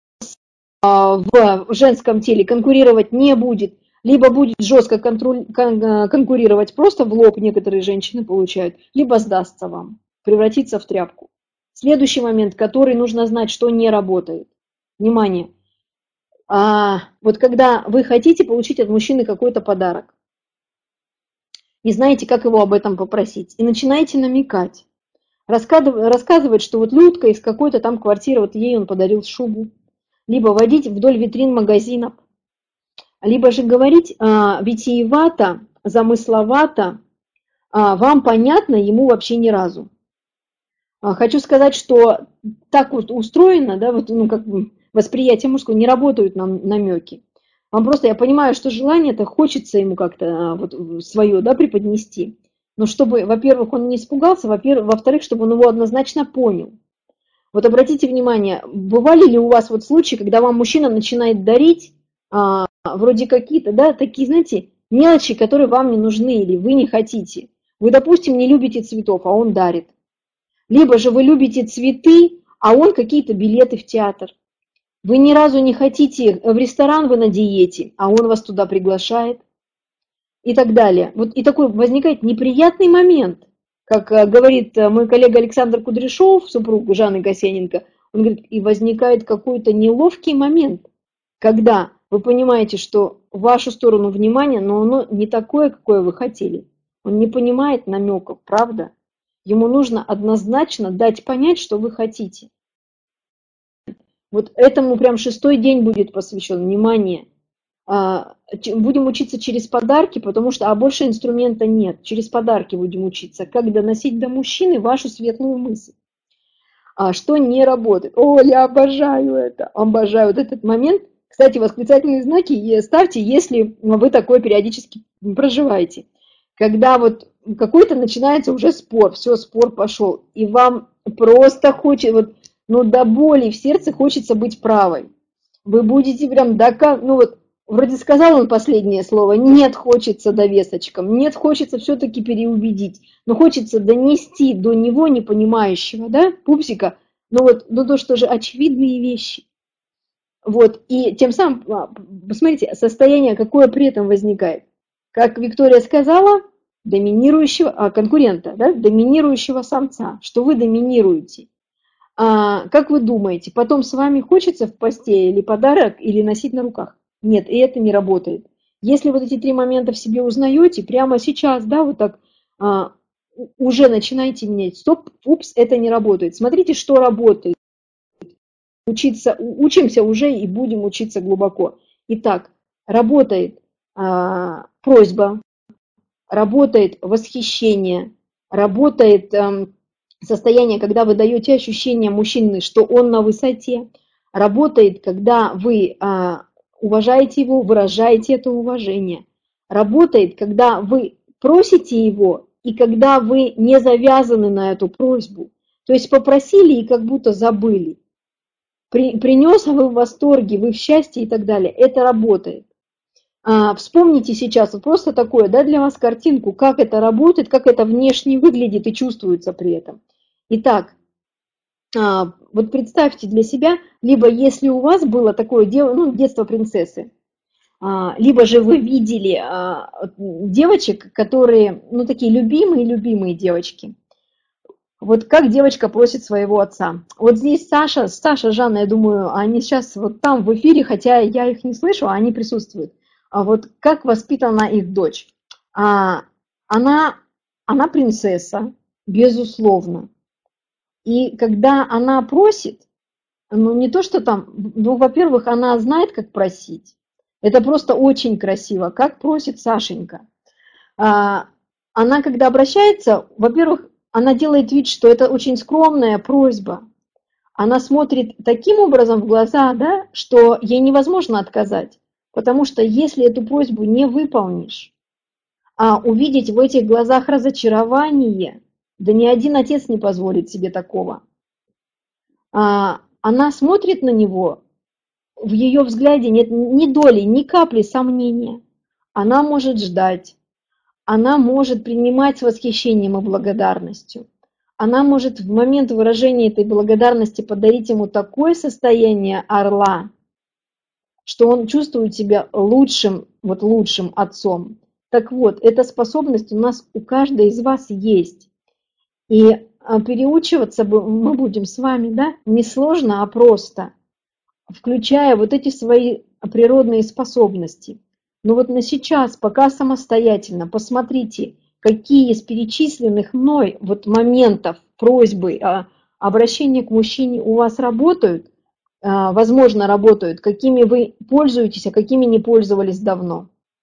Speaker 3: в женском теле конкурировать не будет, либо будет жестко конкурировать, просто в лоб некоторые женщины получают, либо сдастся вам, превратится в тряпку. Следующий момент, который нужно знать, что не работает. Внимание. Вот когда вы хотите получить от мужчины какой-то подарок, и знаете, как его об этом попросить, и начинаете намекать, рассказывать, что вот Людка из какой-то там квартиры, вот ей он подарил шубу, либо водить вдоль витрин магазинов, либо же говорить витиевато, замысловато, вам понятно, ему вообще ни разу. Хочу сказать, что так вот устроено, да, как бы восприятие мужского, не работают намеки. Вам просто, я понимаю, что желание-то хочется ему как-то свое, да, преподнести. Но чтобы, во-первых, он не испугался, во-вторых, чтобы он его однозначно понял. Вот обратите внимание, бывали ли у вас случаи, когда вам мужчина начинает дарить вроде какие-то, да, такие, знаете, мелочи, которые вам не нужны или вы не хотите. Вы, допустим, не любите цветов, а он дарит. Либо же вы любите цветы, а он какие-то билеты в театр. Вы ни разу не хотите в ресторан, вы на диете, а он вас туда приглашает. И так далее. Вот и такой возникает неприятный момент, как говорит мой коллега Александр Кудряшов, супруг Жанны Касьяненко, он говорит, и возникает какой-то неловкий момент, когда вы понимаете, что в вашу сторону внимание, но оно не такое, какое вы хотели. Он не понимает намеков, правда? Ему нужно однозначно дать понять, что вы хотите. Вот этому прям 6-й день будет посвящен, внимание. Будем учиться через подарки, потому что, больше инструмента нет. Через подарки будем учиться, как доносить до мужчины вашу светлую мысль. Что не работает. О, я обожаю это, обожаю вот этот момент. Кстати, восклицательные знаки ставьте, если вы такое периодически проживаете. Когда какой-то начинается уже спор, все, спор пошел, и вам просто хочется, до боли в сердце хочется быть правой. Вы будете прям вроде сказал он последнее слово, нет, хочется довесочком, нет, хочется все-таки переубедить, но хочется донести до него непонимающего, да, пупсика, то, что же очевидные вещи. И тем самым, посмотрите, состояние какое при этом возникает. Как Виктория сказала, доминирующего конкурента, да, доминирующего самца, что вы доминируете. Как вы думаете, потом с вами хочется в постели подарок или носить на руках? Нет, и это не работает. Если эти 3 момента в себе узнаете, прямо сейчас, да, уже начинаете менять. Стоп, упс, это не работает. Смотрите, что работает. Учимся уже и будем учиться глубоко. Итак, работает просьба, работает восхищение, работает состояние, когда вы даете ощущение мужчине, что он на высоте, работает, когда вы уважаете его, выражаете это уважение, работает, когда вы просите его и когда вы не завязаны на эту просьбу, то есть попросили и как будто забыли, принес, а вы в восторге, вы в счастье и так далее, это работает. Вспомните сейчас просто такое, да, для вас картинку, как это работает, как это внешне выглядит и чувствуется при этом. Итак, представьте для себя, либо если у вас было такое детство принцессы, либо же вы видели девочек, которые, такие любимые девочки. Как девочка просит своего отца. Здесь Саша, Жанна, я думаю, они сейчас там в эфире, хотя я их не слышу, а они присутствуют. Как воспитана их дочь. Она принцесса, безусловно. И когда она просит, ну не то, что там, ну, во-первых, она знает, как просить. Это просто очень красиво, как просит Сашенька. Она, когда обращается, во-первых, она делает вид, что это очень скромная просьба. Она смотрит таким образом в глаза, да, что ей невозможно отказать. Потому что если эту просьбу не выполнишь, а увидеть в этих глазах разочарование, да ни один отец не позволит себе такого. Она смотрит на него, в ее взгляде нет ни доли, ни капли сомнения. Она может ждать, она может принимать с восхищением и благодарностью. Она может в момент выражения этой благодарности подарить ему такое состояние орла, что он чувствует себя лучшим, вот лучшим отцом. Так вот, эта способность у нас у каждой из вас есть. И переучиваться мы будем с вами, да, не сложно, а просто, включая вот эти свои природные способности. Но вот на сейчас, пока самостоятельно, посмотрите, какие из перечисленных мной вот моментов просьбы, обращения к мужчине у вас работают, возможно, работают, какими вы пользуетесь, а какими не пользовались давно.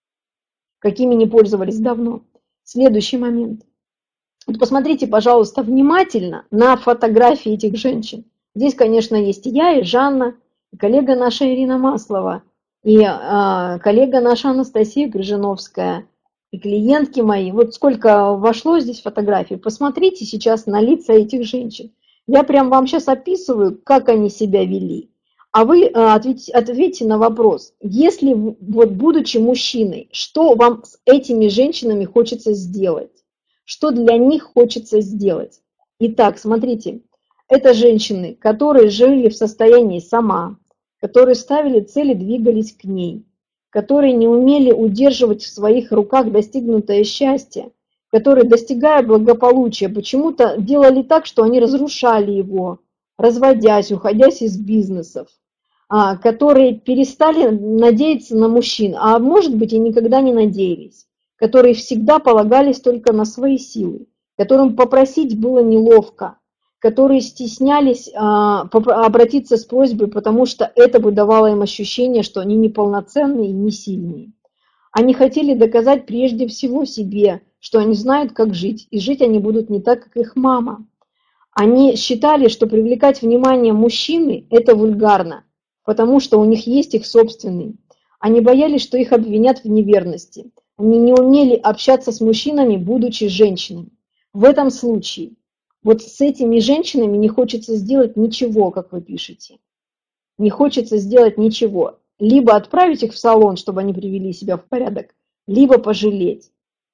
Speaker 3: Какими не пользовались давно. Следующий момент. Вот посмотрите, пожалуйста, внимательно на фотографии этих женщин. Здесь, конечно, есть и я, и Жанна, и коллега наша Ирина Маслова, и коллега наша Анастасия Крыжиновская, и клиентки мои. Вот сколько вошло здесь фотографий. Посмотрите сейчас на лица этих женщин. Я прям вам сейчас описываю, как они себя вели. А вы ответьте на вопрос. Если, вот будучи мужчиной, что вам с этими женщинами хочется сделать? Что для них хочется сделать? Итак, смотрите, это женщины, которые жили в состоянии сама, которые ставили цели, двигались к ней, которые не умели удерживать в своих руках достигнутое счастье, которые, достигая благополучия, почему-то делали так, что они разрушали его, разводясь, уходясь из бизнесов, которые перестали надеяться на мужчин, а может быть и никогда не надеялись, которые всегда полагались только на свои силы, которым попросить было неловко, которые стеснялись обратиться с просьбой, потому что это бы давало им ощущение, что они неполноценные и не сильные. Они хотели доказать прежде всего себе, что они знают, как жить, и жить они будут не так, как их мама. Они считали, что привлекать внимание мужчины – это вульгарно, потому что у них есть их собственный. Они боялись, что их обвинят в неверности. Они не умели общаться с мужчинами, будучи женщинами. В этом случае вот с этими женщинами не хочется сделать ничего, как вы пишете. Не хочется сделать ничего. Либо отправить их в салон, чтобы они привели себя в порядок, либо пожалеть.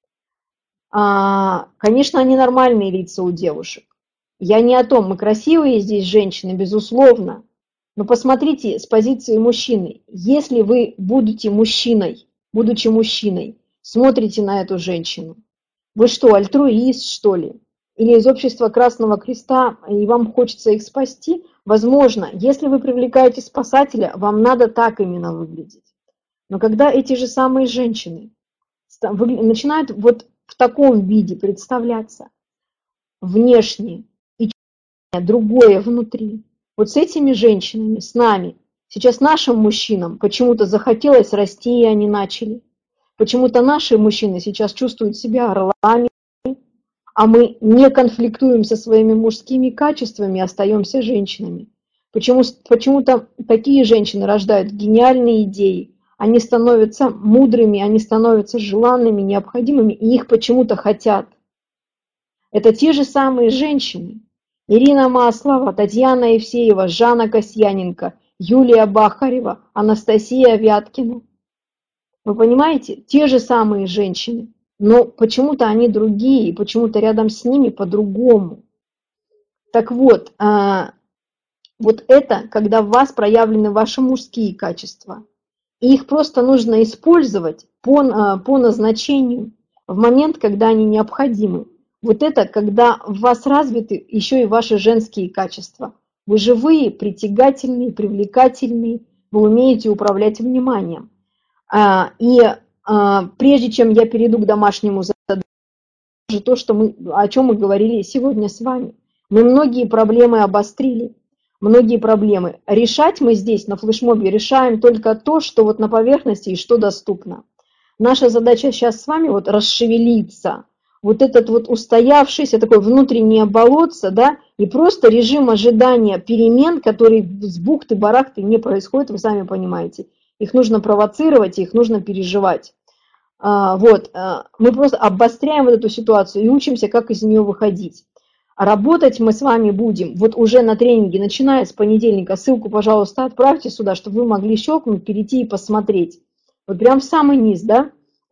Speaker 3: Конечно, они нормальные лица у девушек. Я не о том, мы красивые здесь женщины, безусловно. Но посмотрите с позиции мужчины. Если вы будете мужчиной, будучи мужчиной, смотрите на эту женщину, вы что, альтруист, что ли? Или из общества Красного Креста, и вам хочется их спасти? Возможно, если вы привлекаете спасателя, вам надо так именно выглядеть. Но когда эти же самые женщины начинают вот в таком виде представляться, внешне и другое внутри, вот с этими женщинами, с нами, сейчас нашим мужчинам почему-то захотелось расти, и они начали. Почему-то наши мужчины сейчас чувствуют себя орлами, а мы не конфликтуем со своими мужскими качествами, остаемся женщинами. Почему-то такие женщины рождают гениальные идеи, они становятся мудрыми, они становятся желанными, необходимыми, и их почему-то хотят. Это те же самые женщины. Ирина Маслова, Татьяна Евсеева, Жанна Касьяненко, Юлия Бахарева, Анастасия Вяткина. Вы понимаете? Те же самые женщины. Но почему-то они другие, и почему-то рядом с ними по-другому. Так вот, вот это, когда в вас проявлены ваши мужские качества. И их просто нужно использовать по назначению в момент, когда они необходимы. Вот это, когда в вас развиты еще и ваши женские качества. Вы живые, притягательные, привлекательные, вы умеете управлять вниманием. И прежде чем я перейду к домашнему заданию, то, о чем мы говорили сегодня с вами, Мы многие проблемы обострили, многие проблемы. Решать мы здесь на флешмобе решаем только то, что вот на поверхности и что доступно. Наша задача сейчас с вами вот расшевелиться, вот этот вот устоявшийся такой внутреннее болотце, да, и просто режим ожидания перемен, которые с бухты-барахты не происходят, вы сами понимаете. Их нужно провоцировать, их нужно переживать. Мы просто обостряем вот эту ситуацию и учимся, как из нее выходить. Работать мы с вами будем вот уже на тренинге, начиная с понедельника. Ссылку, пожалуйста, отправьте сюда, чтобы вы могли щелкнуть, перейти и посмотреть. Вот прям в самый низ, да,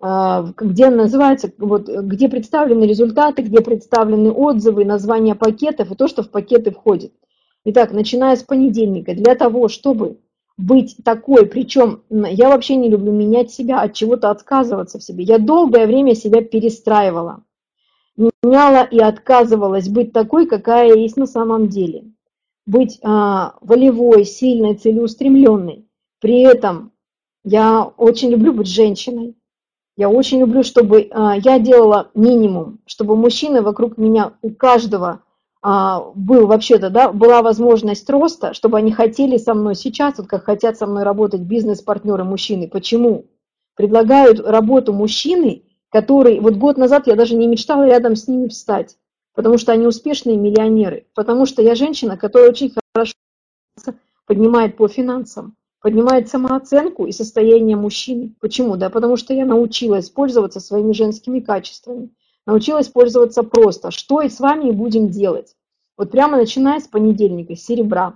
Speaker 3: где называется, вот, где представлены результаты, где представлены отзывы, названия пакетов и то, что в пакеты входит. Итак, начиная с понедельника, для того, чтобы быть такой, причем я вообще не люблю менять себя, от чего-то отказываться в себе. Я долгое время себя перестраивала, меняла и отказывалась быть такой, какая я есть на самом деле. Быть волевой, сильной, целеустремленной. При этом я очень люблю быть женщиной. Я очень люблю, чтобы я делала минимум, чтобы мужчины вокруг меня, у каждого был вообще-то, да, была возможность роста, чтобы они хотели со мной сейчас, вот как хотят со мной работать бизнес-партнеры мужчины. Почему? Предлагают работу мужчины, который, вот год назад я даже не мечтала рядом с ними встать, потому что они успешные миллионеры, потому что я женщина, которая очень хорошо поднимает по финансам, поднимает самооценку и состояние мужчины. Почему? Да, потому что я научилась пользоваться своими женскими качествами, научилась пользоваться просто. Что и с вами будем делать? Вот прямо начиная с понедельника, с серебра.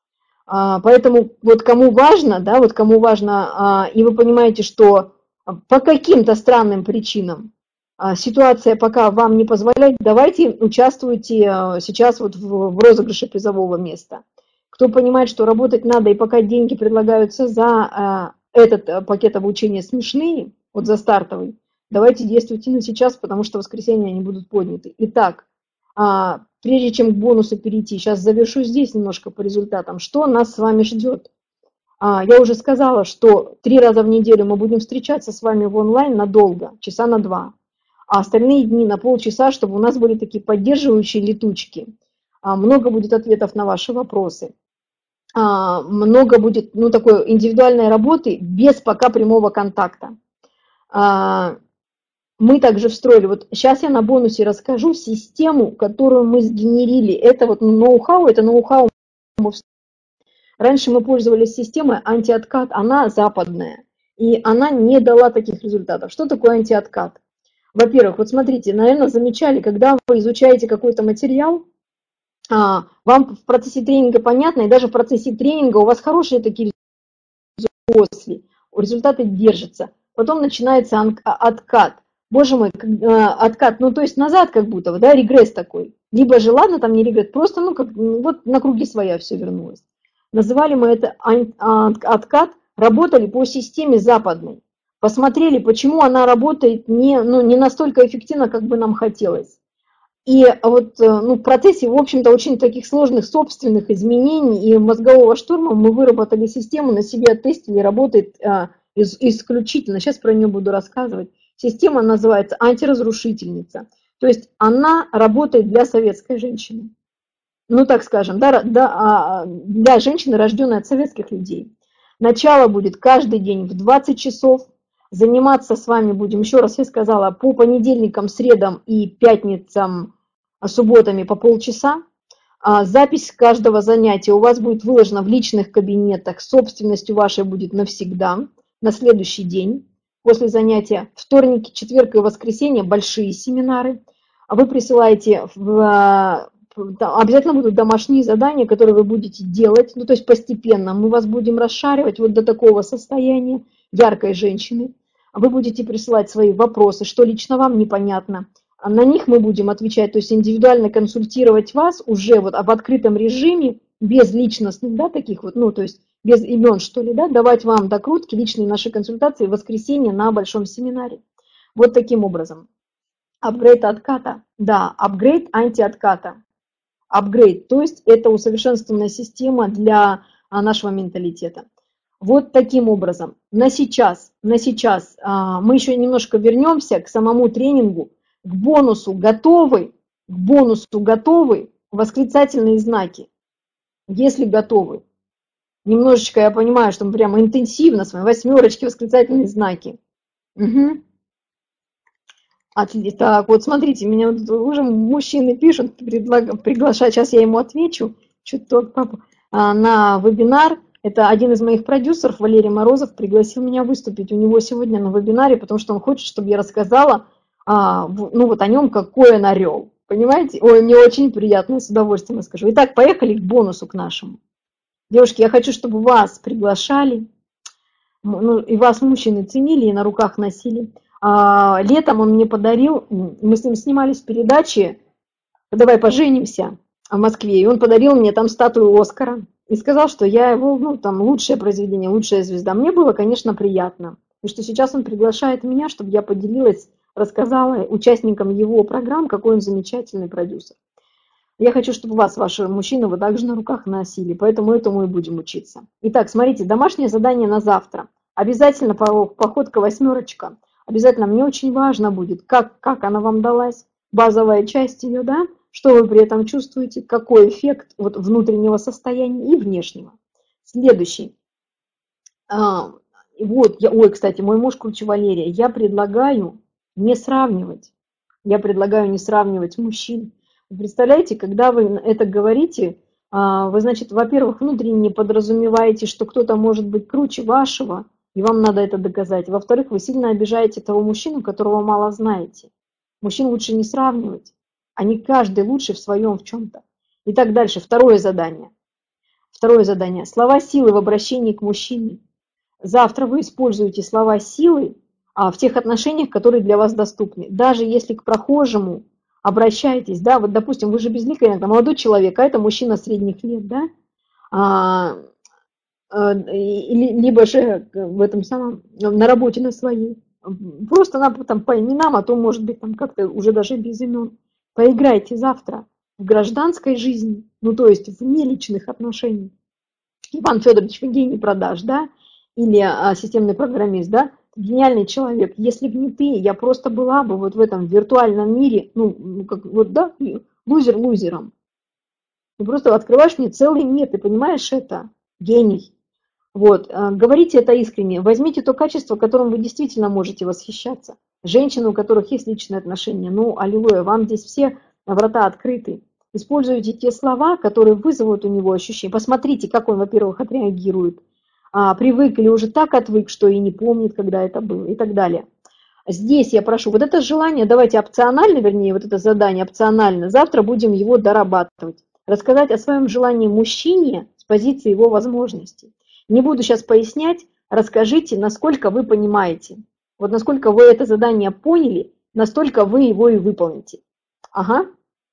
Speaker 3: Поэтому вот кому важно, да, вот кому важно, и вы понимаете, что по каким-то странным причинам ситуация пока вам не позволяет, давайте участвуйте сейчас вот в розыгрыше призового места. Кто понимает, что работать надо, и пока деньги предлагаются за этот пакет обучения смешные, вот за стартовый, давайте действуйте на сейчас, потому что в воскресенье они будут подняты. Итак, прежде чем к бонусу перейти, сейчас завершу здесь немножко по результатам. Что нас с вами ждет? Я уже сказала, что 3 раза в неделю мы будем встречаться с вами в онлайн надолго, часа на 2. А остальные дни на полчаса, чтобы у нас были такие поддерживающие летучки. Много будет ответов на ваши вопросы. Много будет, ну, такой индивидуальной работы без пока прямого контакта. Мы также встроили, вот сейчас я на бонусе расскажу систему, которую мы сгенерили. Это вот ноу-хау, Раньше мы пользовались системой антиоткат, она западная, и она не дала таких результатов. Что такое антиоткат? Во-первых, вот смотрите, наверное, замечали, когда вы изучаете какой-то материал, вам в процессе тренинга понятно, и даже в процессе тренинга у вас хорошие такие результаты, результаты держатся. Потом начинается откат. Боже мой, откат, ну то есть назад как будто, да, регресс такой. Либо же, ладно, там не регресс, просто, ну как, вот на круги своя все вернулось. Называли мы это откат, работали по системе западной. Посмотрели, почему она работает не настолько эффективно, как бы нам хотелось. И вот в процессе, в общем-то, очень таких сложных собственных изменений и мозгового штурма мы выработали систему, на себе оттестили, работает исключительно. Сейчас про нее буду рассказывать. Система называется антиразрушительница. То есть она работает для советской женщины. Ну, так скажем, для женщины, рожденной от советских людей. Начало будет каждый день в 20 часов. Заниматься с вами будем, еще раз я сказала, по понедельникам, средам и пятницам, субботами по полчаса. Запись каждого занятия у вас будет выложена в личных кабинетах, собственностью вашей будет навсегда, на следующий день после занятия. Вторники, четверг и воскресенье большие семинары. Вы присылаете, обязательно будут домашние задания, которые вы будете делать, ну то есть постепенно. Мы вас будем расшаривать вот до такого состояния яркой женщины. Вы будете присылать свои вопросы, что лично вам непонятно. На них мы будем отвечать, то есть индивидуально консультировать вас уже вот в открытом режиме, без личностных, да, таких вот, ну, то есть без имен, что ли, да, давать вам докрутки, личные наши консультации в воскресенье на большом семинаре. Вот таким образом. Апгрейд отката, да, апгрейд антиотката. Апгрейд, то есть это усовершенствованная система для нашего менталитета. Вот таким образом. На сейчас мы еще немножко вернемся к самому тренингу, к бонусу готовы, восклицательные знаки, если готовы. Немножечко я понимаю, что мы прямо интенсивно с вами. 8 восклицательные знаки. Угу. Так, вот смотрите, меня вот уже мужчины пишут, приглашают, сейчас я ему отвечу, на вебинар. Это один из моих продюсеров, Валерий Морозов, пригласил меня выступить у него сегодня на вебинаре, потому что он хочет, чтобы я рассказала ну вот о нем, какой он орел. Понимаете? Ой, мне очень приятно, с удовольствием расскажу. Итак, поехали к бонусу, к нашему. Девушки, я хочу, чтобы вас приглашали, ну, и вас мужчины ценили и на руках носили. Летом он мне подарил, мы с ним снимались в передаче «Давай поженимся» в Москве, и он подарил мне там статую Оскара и сказал, что я его, ну, там, лучшее произведение, лучшая звезда. Мне было, конечно, приятно. И что сейчас он приглашает меня, чтобы я поделилась, рассказала участникам его программ, какой он замечательный продюсер. Я хочу, чтобы вас, ваши мужчины, вы также на руках носили, поэтому этому и будем учиться. Итак, смотрите, домашнее задание на завтра. Обязательно походка 8. Обязательно мне очень важно будет, как она вам далась, базовая часть ее, да, что вы при этом чувствуете, какой эффект вот внутреннего состояния и внешнего. Следующий. Ой, кстати, мой муж круче Валерия. Я предлагаю не сравнивать мужчин. Вы представляете, когда вы это говорите, вы, значит, во-первых, внутренне подразумеваете, что кто-то может быть круче вашего, и вам надо это доказать. Во-вторых, вы сильно обижаете того мужчину, которого мало знаете. Мужчин лучше не сравнивать. Они каждый лучше в своем в чем-то. Итак, дальше. Второе задание. Слова силы в обращении к мужчине. Завтра вы используете слова силы в тех отношениях, которые для вас доступны. Даже если к прохожему обращаетесь, да, вот, допустим, вы же безликий, иногда молодой человек, а это мужчина средних лет, да, либо же в этом самом, на работе на своей. Просто там по именам, а то, может быть, там как-то уже даже без имен. Поиграйте завтра в гражданской жизни, ну, то есть вне личных отношений. Иван Федорович, вы гений продаж, да, или системный программист, да, гениальный человек. Если бы не ты, я просто была бы вот в этом виртуальном мире, ну как вот, да, лузер лузером. Ты просто открываешь мне целый мир, ты понимаешь это? Гений. Вот, говорите это искренне. Возьмите то качество, которым вы действительно можете восхищаться. Женщины, у которых есть личные отношения, ну, аллилуйя, вам здесь все врата открыты. Используйте те слова, которые вызовут у него ощущение. Посмотрите, как он, во-первых, отреагирует. Привык или уже так отвык, что и не помнит, когда это было, и так далее. Здесь я прошу, вот это желание, давайте опционально, вернее, вот это задание опционально, завтра будем его дорабатывать. Рассказать о своем желании мужчине с позиции его возможностей. Не буду сейчас пояснять, расскажите, насколько вы понимаете. Вот насколько вы это задание поняли, настолько вы его и выполните. Ага.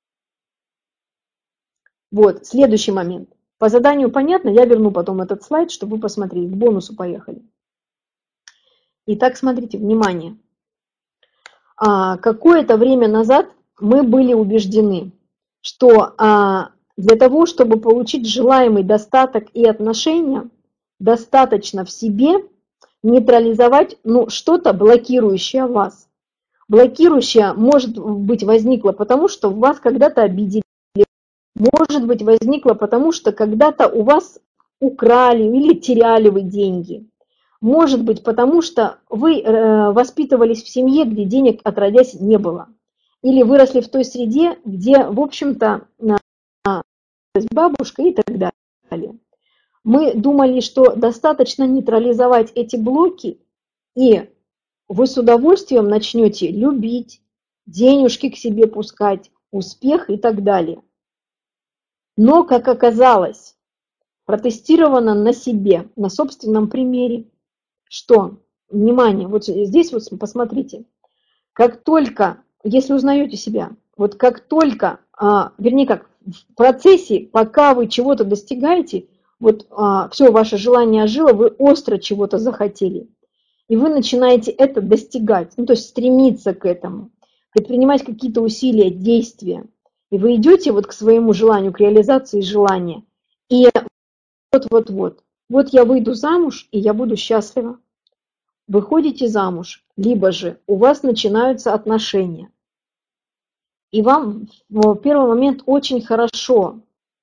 Speaker 3: Вот, следующий момент. По заданию понятно, я верну потом этот слайд, чтобы вы посмотрели. К бонусу поехали. Итак, смотрите, внимание. Какое-то время назад мы были убеждены, что для того, чтобы получить желаемый достаток и отношения, достаточно в себе нейтрализовать что-то, блокирующее вас. Блокирующее, может быть, возникло потому, что вас когда-то обидели, может быть, возникло потому, что когда-то у вас украли или теряли вы деньги. Может быть, потому что вы воспитывались в семье, где денег отродясь не было. Или выросли в той среде, где, в общем-то, бабушка и так далее. Мы думали, что достаточно нейтрализовать эти блоки, и вы с удовольствием начнете любить, денежки к себе пускать, успех и так далее. Но, как оказалось, протестировано на себе, на собственном примере, что, внимание, вот здесь вот посмотрите, как только, если узнаете себя, вот как только, вернее как, в процессе, пока вы чего-то достигаете, вот все ваше желание ожило, вы остро чего-то захотели, и вы начинаете это достигать, ну то есть стремиться к этому, предпринимать какие-то усилия, действия, и вы идете вот к своему желанию, к реализации желания, и вот я выйду замуж, и я буду счастлива. Выходите замуж, либо же у вас начинаются отношения. И вам в первый момент очень хорошо.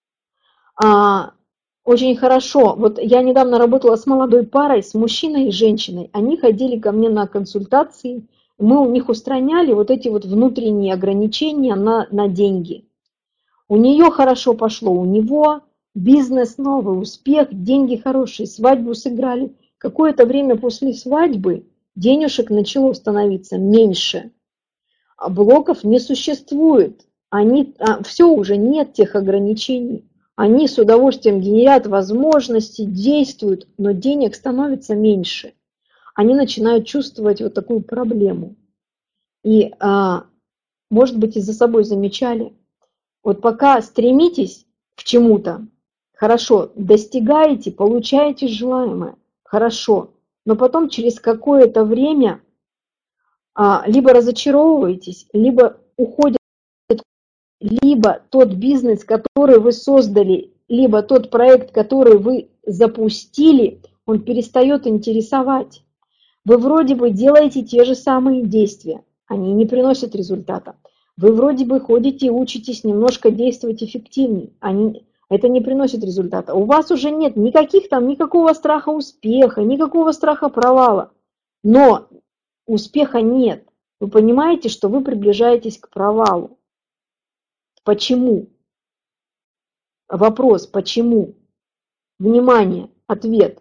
Speaker 3: Очень хорошо. Вот я недавно работала с молодой парой, с мужчиной и женщиной. Они ходили ко мне на консультации. Мы у них устраняли вот эти вот внутренние ограничения на деньги. У нее хорошо пошло, у него бизнес новый, успех, деньги хорошие, свадьбу сыграли. Какое-то время после свадьбы денежек начало становиться меньше. А блоков не существует. Все уже нет тех ограничений. Они с удовольствием генерят возможности, действуют, но денег становится меньше. Они начинают чувствовать вот такую проблему. И, может быть, и за собой замечали. Вот пока стремитесь к чему-то, хорошо, достигаете, получаете желаемое, хорошо, но потом через какое-то время либо разочаровываетесь, либо уходит, либо тот бизнес, который вы создали, либо тот проект, который вы запустили, он перестает интересовать. Вы вроде бы делаете те же самые действия, они не приносят результата. Вы вроде бы ходите и учитесь немножко действовать эффективнее, это не приносит результата. У вас уже нет никакого страха успеха, никакого страха провала, но успеха нет. Вы понимаете, что вы приближаетесь к провалу. Почему? Вопрос, почему? Внимание, ответ.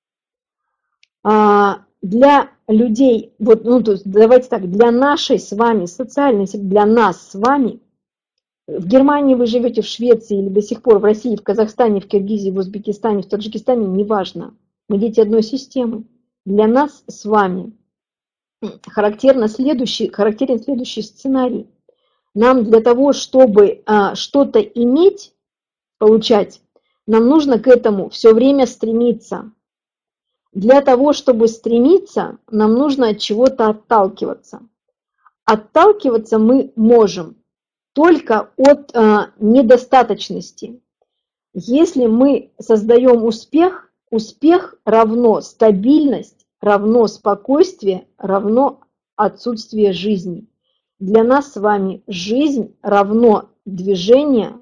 Speaker 3: Для людей, то есть давайте так, для нашей с вами социальной, для нас с вами, в Германии вы живете, в Швеции или до сих пор в России, в Казахстане, в Киргизии, в Узбекистане, в Таджикистане, неважно. Мы дети одной системы. Для нас с вами характерен следующий сценарий. Нам для того, чтобы что-то иметь, получать, нам нужно к этому все время стремиться. Для того, чтобы стремиться, нам нужно от чего-то отталкиваться. Отталкиваться мы можем только от недостаточности. Если мы создаем успех, успех равно стабильность, равно спокойствие, равно отсутствие жизни. Для нас с вами жизнь равно движение,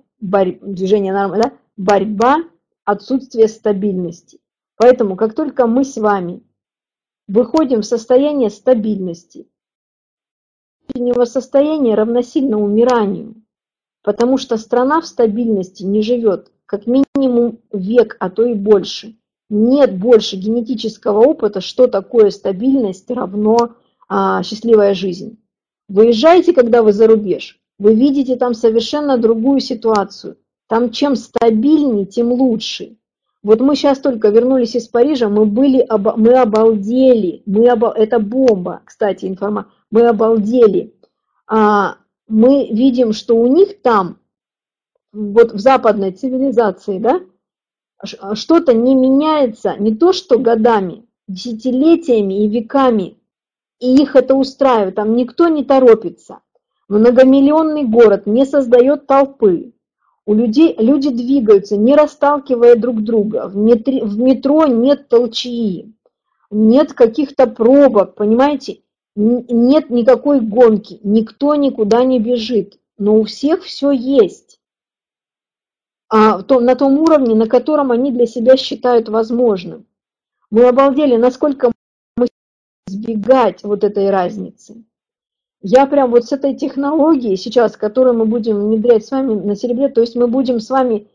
Speaker 3: борьба, отсутствие стабильности. Поэтому, как только мы с вами выходим в состояние стабильности, состояние равносильно умиранию, потому что страна в стабильности не живет как минимум век, а то и больше. Нет больше генетического опыта, что такое стабильность равно счастливая жизнь. Выезжаете, когда вы за рубеж, вы видите там совершенно другую ситуацию. Там чем стабильнее, тем лучше. Вот мы сейчас только вернулись из Парижа, мы обалдели, это бомба, кстати, информация, мы обалдели. Мы видим, что у них там, вот в западной цивилизации, да, что-то не меняется, не то что годами, десятилетиями и веками, и их это устраивает, там никто не торопится. Многомиллионный город не создает толпы. Люди двигаются, не расталкивая друг друга. В метро нет толчии, нет каких-то пробок, понимаете? Нет никакой гонки, никто никуда не бежит. Но у всех все есть. На том уровне, на котором они для себя считают возможным. Мы обалдели, насколько мы избегать вот этой разницы. Я прям вот с этой технологией сейчас, которую мы будем внедрять с вами на серебре, то есть мы будем с вами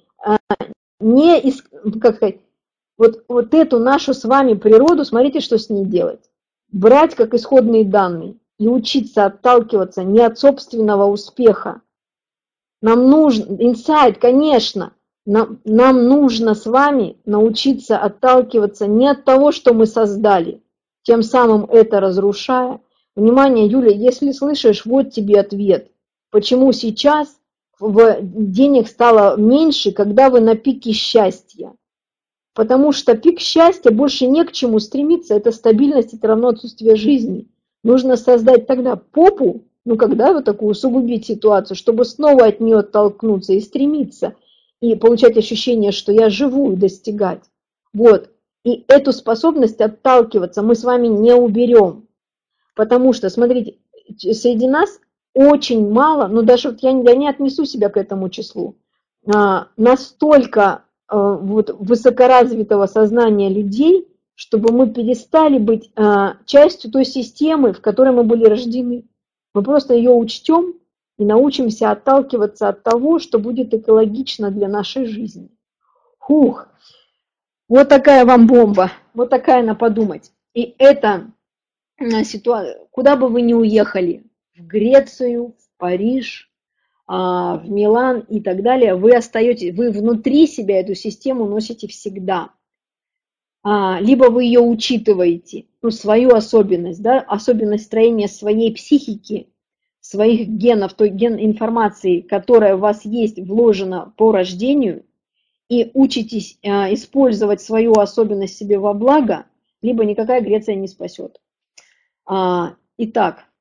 Speaker 3: вот эту нашу с вами природу, смотрите, что с ней делать. Брать как исходные данные и учиться отталкиваться не от собственного успеха. Нам нужно, инсайт, конечно, нам нужно с вами научиться отталкиваться не от того, что мы создали, тем самым это разрушая. Внимание, Юля, если слышишь, вот тебе ответ. Почему сейчас денег стало меньше, когда вы на пике счастья? Потому что пик счастья больше не к чему стремиться, это стабильность, это равно отсутствие жизни. Нужно создать тогда попу, когда вот такую усугубить ситуацию, чтобы снова от нее оттолкнуться и стремиться, и получать ощущение, что я живу и достигать. Вот. И эту способность отталкиваться мы с вами не уберем. Потому что, смотрите, среди нас очень мало, но даже вот я не отнесу себя к этому числу, настолько вот высокоразвитого сознания людей, чтобы мы перестали быть частью той системы, в которой мы были рождены. Мы просто ее учтем и научимся отталкиваться от того, что будет экологично для нашей жизни. Хух, вот такая вам бомба, вот такая на подумать. И это ситуация, куда бы вы ни уехали, в Грецию, в Париж, в Милан и так далее, вы остаетесь, вы внутри себя эту систему носите всегда. Либо вы ее учитываете, ну, свою особенность, да, особенность строения своей психики, своих генов, той информации, которая у вас есть, вложена по рождению, и учитесь использовать свою особенность себе во благо, либо никакая Греция не спасет. Итак,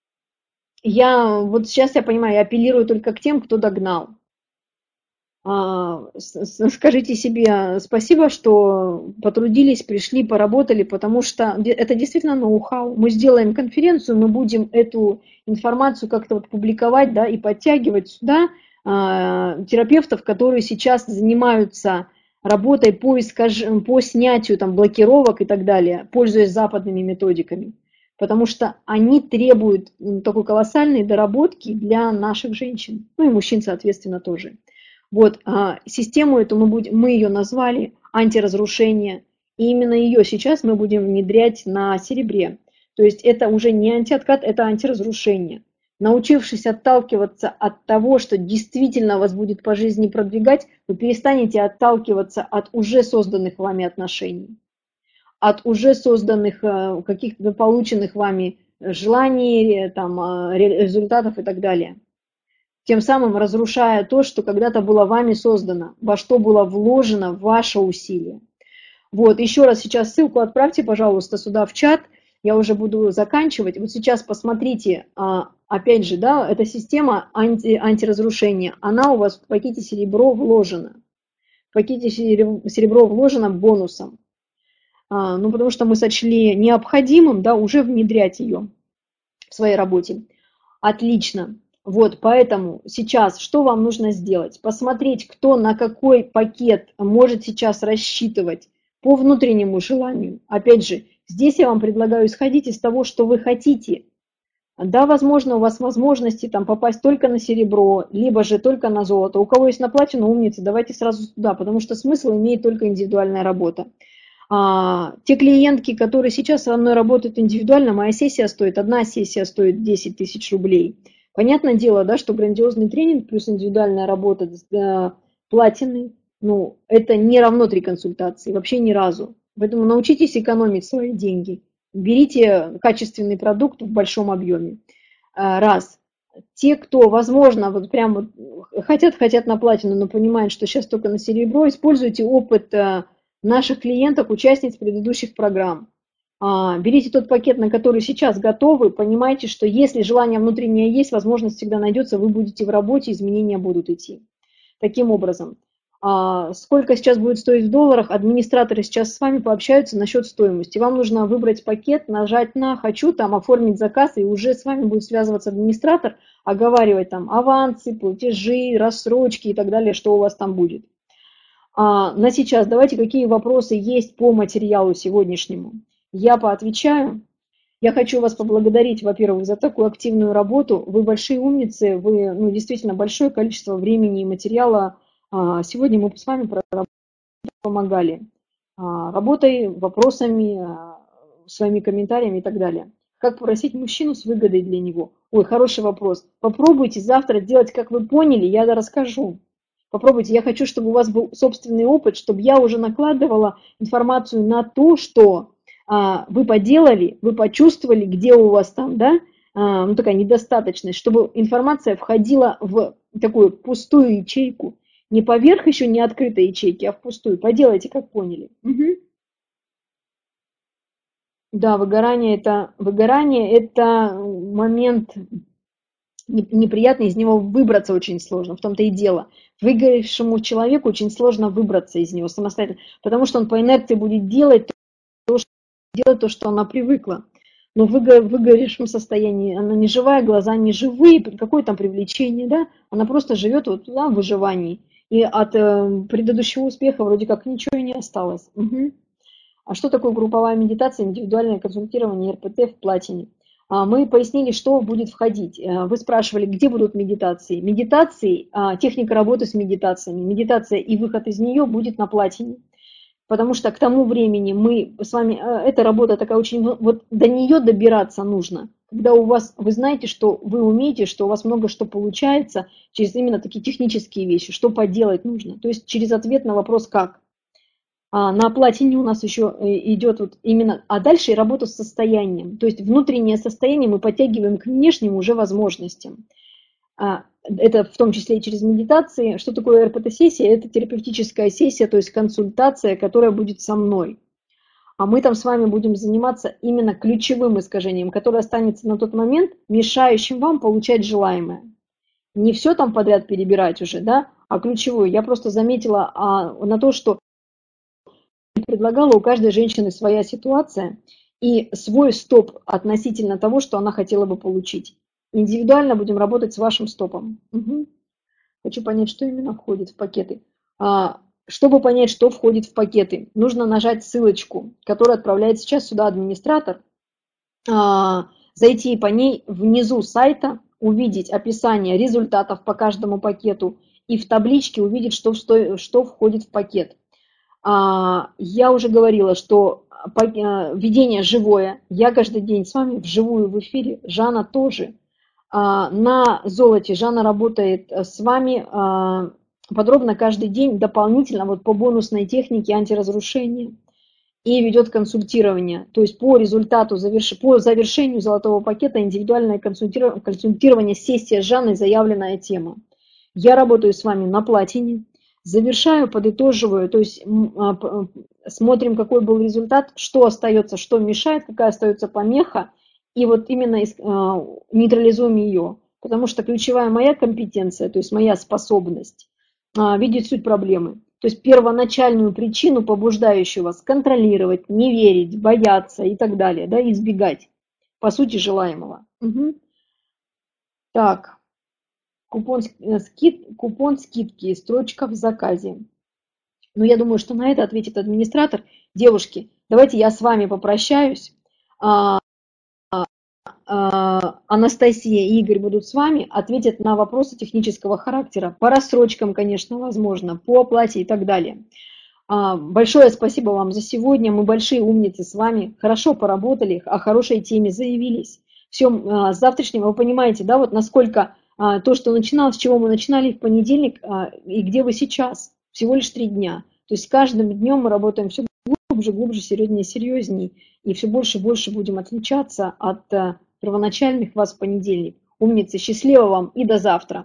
Speaker 3: вот сейчас я понимаю, я апеллирую только к тем, кто догнал. Скажите себе спасибо, что потрудились, пришли, поработали, потому что это действительно ноу-хау. Мы сделаем конференцию, мы будем эту информацию как-то вот публиковать, да, и подтягивать сюда терапевтов, которые сейчас занимаются работой по снятию там, блокировок и так далее, пользуясь западными методиками. Потому что они требуют такой колоссальной доработки для наших женщин, ну и мужчин, соответственно, тоже. Вот, систему эту мы ее назвали антиразрушение, и именно ее сейчас мы будем внедрять на серебре. То есть это уже не антиоткат, это антиразрушение. Научившись отталкиваться от того, что действительно вас будет по жизни продвигать, вы перестанете отталкиваться от уже созданных вами отношений, от уже созданных каких-то полученных вами желаний, там, результатов и так далее. Тем самым разрушая то, что когда-то было вами создано, во что было вложено ваше усилие. Вот, еще раз сейчас ссылку отправьте, пожалуйста, сюда в чат, я уже буду заканчивать. Вот сейчас посмотрите, опять же, да, эта система антиразрушения, она у вас в пакете серебро вложена. В пакете серебро вложено бонусом. Ну, потому что мы сочли необходимым, да, уже внедрять ее в своей работе. Отлично. Вот, поэтому сейчас что вам нужно сделать? Посмотреть, кто на какой пакет может сейчас рассчитывать по внутреннему желанию. Опять же, здесь я вам предлагаю исходить из того, что вы хотите. Да, возможно, у вас возможности там попасть только на серебро, либо же только на золото. У кого есть на платину, умницы, давайте сразу туда, потому что смысл имеет только индивидуальная работа. Те клиентки, которые сейчас со мной работают индивидуально, моя сессия стоит, одна сессия стоит 10 тысяч рублей. Понятное дело, да, что грандиозный тренинг плюс индивидуальная работа с платиной, ну, это не равно 3 консультации, вообще ни разу. Поэтому научитесь экономить свои деньги. Берите качественный продукт в большом объеме. Раз. Те, кто, возможно, вот прям вот хотят на платину, но понимают, что сейчас только на серебро, используйте опыт наших клиенток, участниц предыдущих программ. Берите тот пакет, на который сейчас готовы, понимайте, что если желание внутреннее есть, возможность всегда найдется, вы будете в работе, изменения будут идти. Таким образом, сколько сейчас будет стоить в долларах, администраторы сейчас с вами пообщаются насчет стоимости. Вам нужно выбрать пакет, нажать на «хочу», там оформить заказ, и уже с вами будет связываться администратор, оговаривать там авансы, платежи, рассрочки и так далее, что у вас там будет. На сейчас давайте, какие вопросы есть по материалу сегодняшнему. Я поотвечаю. Я хочу вас поблагодарить, во-первых, за такую активную работу. Вы большие умницы, вы действительно большое количество времени и материала. Сегодня мы с вами помогали работой, вопросами, своими комментариями и так далее. Как попросить мужчину с выгодой для него? Ой, хороший вопрос. Попробуйте завтра делать, как вы поняли, я расскажу. Попробуйте, я хочу, чтобы у вас был собственный опыт, чтобы я уже накладывала информацию на то, что вы поделали, вы почувствовали, где у вас там, да, такая недостаточность, чтобы информация входила в такую пустую ячейку, не поверх еще не открытой ячейки, а в пустую. Поделайте, как поняли. Угу. Да, выгорание это момент неприятный, из него выбраться очень сложно, в том-то и дело. Выгоревшему человеку очень сложно выбраться из него самостоятельно, потому что он по инерции будет делать то, что она привыкла. но в выгоревшем состоянии. Она не живая, глаза не живые, какое там привлечение, да? Она просто живет вот да, в выживании. И от предыдущего успеха вроде как ничего и не осталось. Мгм. А что такое групповая медитация, индивидуальное консультирование РПТ в платине? Мы пояснили, что будет входить. Вы спрашивали, где будут медитации. Медитации, техника работы с медитациями, медитация и выход из нее будет на платине. Потому что к тому времени мы с вами, эта работа такая очень, вот до нее добираться нужно. Когда у вас, вы знаете, что вы умеете, что у вас много что получается через именно такие технические вещи, что поделать нужно. То есть через ответ на вопрос «как?». На платине у нас еще идет вот именно, а дальше и работа с состоянием. То есть внутреннее состояние мы подтягиваем к внешним уже возможностям. Это в том числе и через медитации. Что такое РПТ-сессия? Это терапевтическая сессия, то есть консультация, которая будет со мной. А мы там с вами будем заниматься именно ключевым искажением, которое останется на тот момент мешающим вам получать желаемое. Не все там подряд перебирать уже, да, а ключевую. Я просто заметила на то, что предлагала, у каждой женщины своя ситуация и свой стоп относительно того, что она хотела бы получить. Индивидуально будем работать с вашим стопом. Угу. Хочу понять, что именно входит в пакеты. Чтобы понять, что входит в пакеты, нужно нажать ссылочку, которую отправляет сейчас сюда администратор, зайти по ней внизу сайта, увидеть описание результатов по каждому пакету и в табличке увидеть, что входит в пакет. Я уже говорила, что ведение живое. Я каждый день с вами вживую в эфире. Жанна тоже. На золоте Жанна работает с вами подробно каждый день, дополнительно вот по бонусной технике антиразрушения. И ведет консультирование. То есть по результату, по завершению золотого пакета индивидуальное консультирование, сессия с Жанной, заявленная тема. Я работаю с вами на платине. Завершаю, подытоживаю, то есть смотрим, какой был результат, что остается, что мешает, какая остается помеха, и вот именно нейтрализуем ее. Потому что ключевая моя компетенция, то есть моя способность видеть суть проблемы. То есть первоначальную причину, побуждающую вас контролировать, не верить, бояться и так далее, да, избегать, по сути, желаемого. Угу. Так. Купон скидки, строчка в заказе. Но я думаю, что на это ответит администратор. Девушки, давайте я с вами попрощаюсь. Анастасия и Игорь будут с вами, ответят на вопросы технического характера. По рассрочкам, конечно, возможно, по оплате и так далее. Большое спасибо вам за сегодня. Мы большие умницы с вами. Хорошо поработали, о хорошей теме заявились. Все, с завтрашнего вы понимаете, да, вот насколько то, что начиналось, с чего мы начинали в понедельник, и где вы сейчас. Всего лишь 3 дня. То есть каждым днем мы работаем все глубже, серьезнее, серьезнее. И все больше и больше будем отличаться от первоначальных вас в понедельник. Умницы, счастливо вам и до завтра.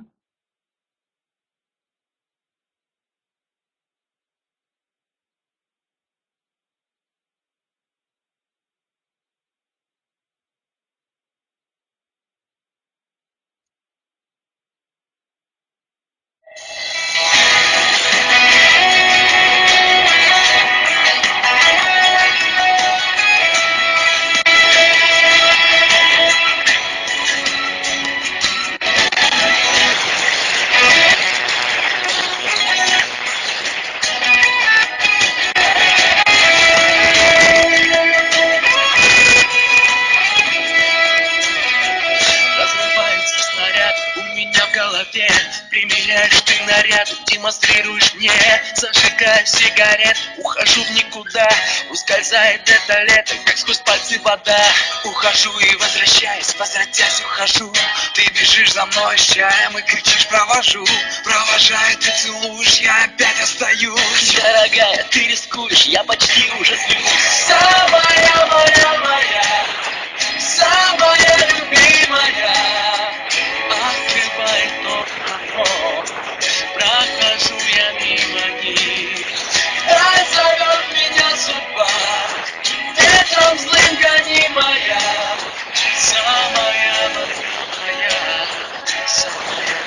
Speaker 1: Примеряешь ты наряд, демонстрируешь мне, зажигая сигарет, ухожу в никуда. Ускользает это лето, как сквозь пальцы вода. Ухожу и возвращаюсь, возвратясь, ухожу. Ты бежишь за мной с чаем и кричишь провожу. Провожаю, ты целуешь, я опять остаюсь. Дорогая, ты рискуешь, я почти уже смеюсь. Самая моя, самая любимая, открывает окно, прохожу я мимо них. Дай зовет меня судьба, ветром злым гонимая, самая моя, самая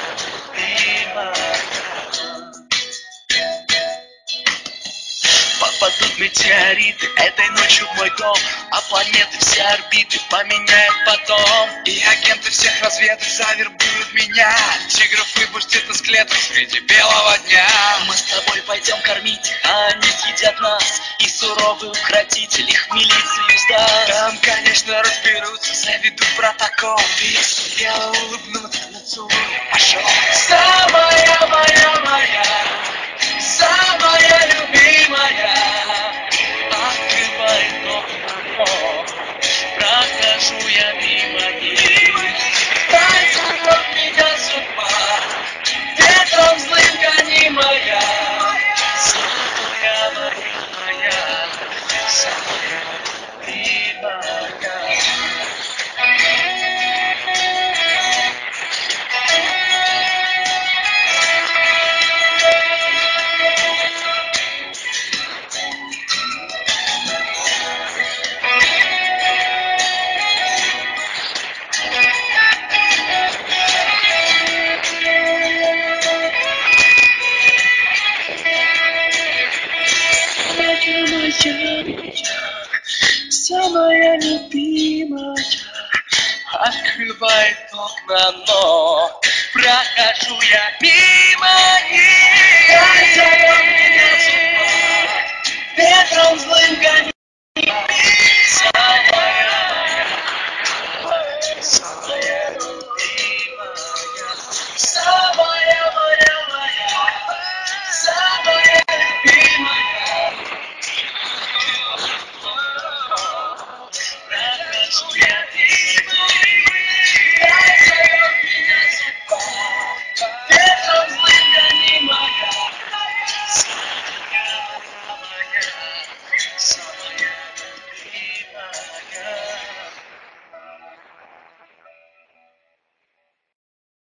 Speaker 1: любимая. Попадут метели метеориты этой ночью в мой дом, а планеты все орбиты поменяют потом. И агенты всех разведок завербуют меня. Тигров выпустят из клеток среди белого дня. Мы с тобой пойдем кормить их, а они съедят нас. И суровый укротитель их в милицию сдаст. Там, конечно, разберутся, заведут протокол. И если я улыбнусь, нацелую, пошел. Самая моя, самая любимая, открывает окно, прохожу я мимо них. Танцует меня судьба, ветром злым гонимая. Самая моя, самая любимая. Самая любимая, открывает окна, но прохожу я